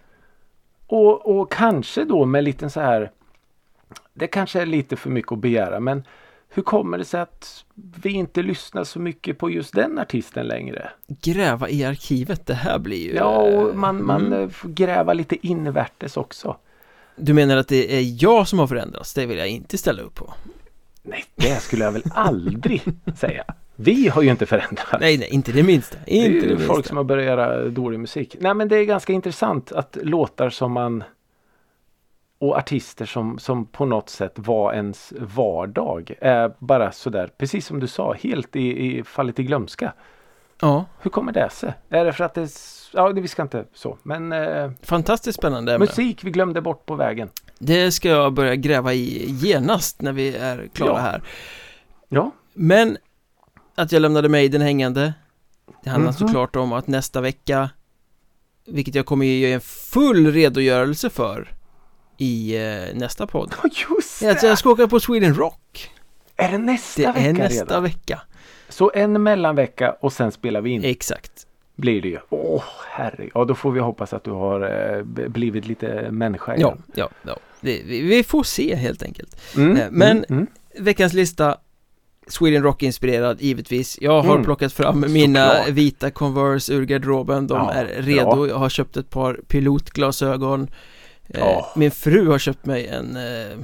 Och kanske då med lite så här, det kanske är lite för mycket att begära, men hur kommer det sig att vi inte lyssnar så mycket på just den artisten längre? Gräva i arkivet, det här blir ju... Ja, och man får gräva lite invärtes också. Du menar att det är jag som har förändrats? Det vill jag inte ställa upp på. Nej, det skulle jag väl aldrig säga. Vi har ju inte förändrats. Nej, inte det minsta. Inte det folk som har börjat göra dålig musik. Nej, men det är ganska intressant att låtar som man... och artister som på något sätt var ens vardag är bara sådär, precis som du sa, helt i fallet i glömska. Ja. Hur kommer det sig? Är det för att vi ska inte så, men... fantastiskt spännande. Musik vi glömde bort på vägen. Det ska jag börja gräva i genast när vi är klara här. Ja. Men att jag lämnade Maiden hängande, det handlar såklart om att nästa vecka, vilket jag kommer ge en full redogörelse för i nästa podd. Just det! Alltså jag ska åka på Sweden Rock. Är det nästa vecka redan? Det är nästa vecka. Så en mellanvecka och sen spelar vi in. Exakt. Blir det ju. Herre. Ja, då får vi hoppas att du har blivit lite människa igen. Ja. Vi får se helt enkelt. Men veckans lista, Sweden Rock-inspirerad givetvis. Jag har plockat fram mina vita Converse ur garderoben. De är redo. Bra. Jag har köpt ett par pilotglasögon. Min fru har köpt mig en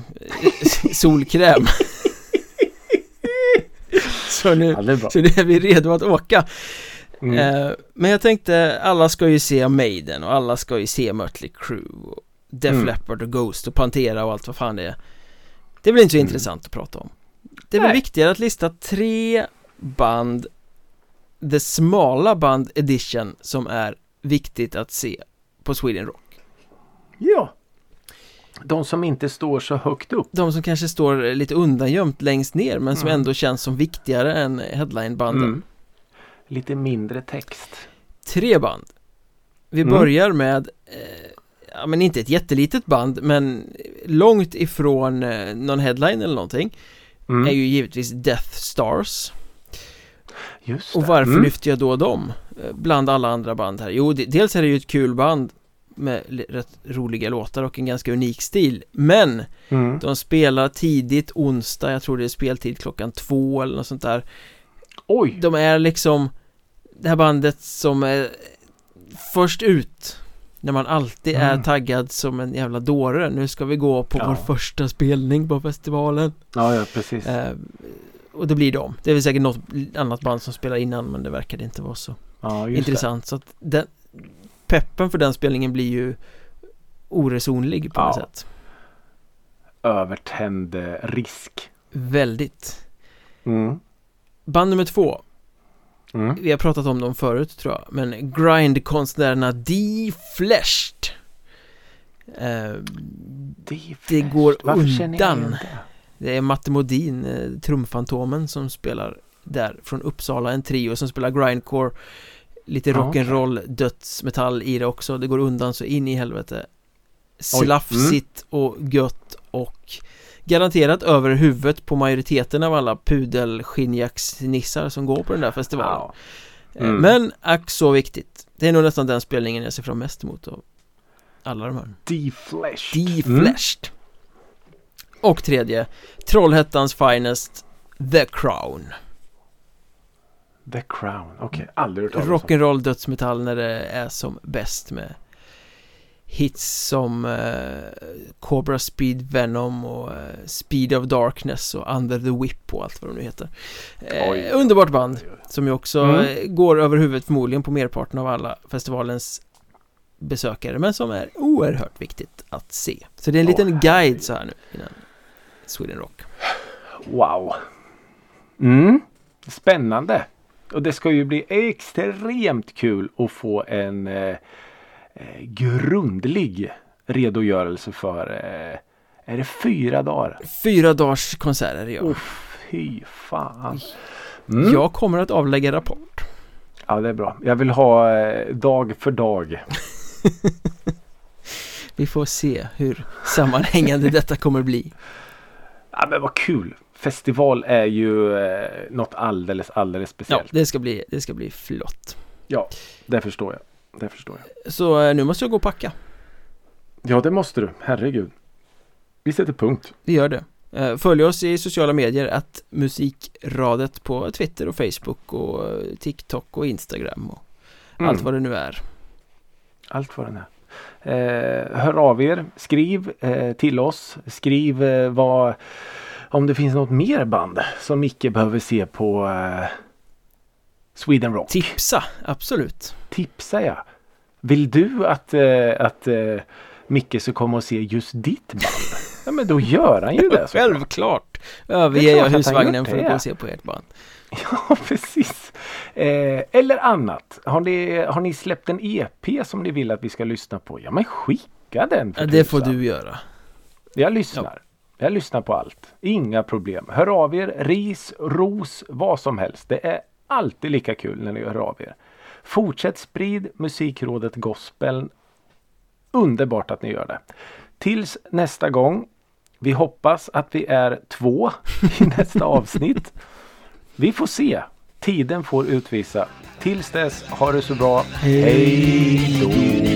solkräm. Så nu är vi redo att åka. Men jag tänkte, alla ska ju se Maiden och alla ska ju se Mötley Crüe och Def Leppard och Ghost och Pantera och allt vad fan det är. Det är väl inte så intressant att prata om. Det är väl viktigare att lista 3 band, the smala band edition, som är viktigt att se på Sweden Rock. Ja. De som inte står så högt upp. De som kanske står lite undangömt längst ner, men som ändå känns som viktigare än headlinebanden. Lite mindre text. 3 band. Vi börjar med men inte ett jättelitet band, men långt ifrån någon headline eller någonting. Är ju givetvis Death Stars. Just det. Och varför lyfter jag då dem bland alla andra band här? Jo, dels är det ju ett kul band med rätt roliga låtar och en ganska unik stil, men de spelar tidigt onsdag, jag tror det är speltid 2:00 eller något sånt där. Oj. De är liksom det här bandet som är först ut, när man alltid är taggad som en jävla dåre. Nu ska vi gå på vår första spelning på festivalen. Ja, precis. Och det blir de. Det är väl säkert något annat band som spelar innan, men det verkar inte vara så intressant. Så att peppen för den spelningen blir ju oresonlig på något sätt. Övertänd risk. Väldigt. Band nummer 2. Vi har pratat om dem förut tror jag. Men grindkonstnärerna Defleshed. Det går undan. Det är Matte Modin, trumfantomen, som spelar där från Uppsala. En trio som spelar grindcore. Lite rock'n'roll, dödsmetall i det också. Det går undan så in i helvete. Slafsigt och gött och garanterat över huvudet på majoriteten av alla pudelskinnjacksnissar som går på den där festivalen. Men ack så viktigt. Det är nog nästan den spelningen jag ser fram mest emot av alla de här. Defleshed. Och tredje, Trollhättans finest, The Crown. Okej, aldrig hört rock'n'roll dödsmetall när det är som bäst, med hits som Cobra Speed Venom och Speed of Darkness och Under the Whip och allt vad de nu heter. Underbart band som ju också går över huvudet förmodligen på merparten av alla festivalens besökare, men som är oerhört viktigt att se. Så det är en liten guide så här nu innan Sweden Rock. Wow. Spännande. Och det ska ju bli extremt kul att få en grundlig redogörelse för är det 4 dagar? 4 dagars konserter, ja. Fy fan. Jag kommer att avlägga rapport. Ja, det är bra. Jag vill ha dag för dag. Vi får se hur sammanhängande detta kommer bli. Ja, men vad kul. Festival är ju något alldeles speciellt. Ja, det ska bli flott. Ja, det förstår jag. Så nu måste jag gå och packa. Ja, det måste du. Herregud. Vi sätter punkt. Vi gör det. Följ oss i sociala medier @musikradet på Twitter och Facebook och TikTok och Instagram och allt vad det nu är. Allt vad det är. Hör av er. Skriv till oss. Skriv om det finns något mer band som Micke behöver se på Sweden Rock. Tipsa, absolut. Tipsa, ja. Vill du att Micke ska komma och se just ditt band? Ja, men då gör han ju det. Självklart. Överger jag husvagnen för att gå och se på ert band. Ja, precis. Eller annat. Har ni släppt en EP som ni vill att vi ska lyssna på? Ja, men skicka den. Ja, det får du göra. Jag lyssnar. Ja. Jag lyssnar på allt. Inga problem. Hör av er. Ris, ros, vad som helst. Det är alltid lika kul när ni hör av er. Fortsätt sprid Musikrådet Gospel. Underbart att ni gör det. Tills nästa gång. Vi hoppas att vi är 2 i nästa avsnitt. Vi får se. Tiden får utvisa. Tills dess, ha det så bra. Hej då!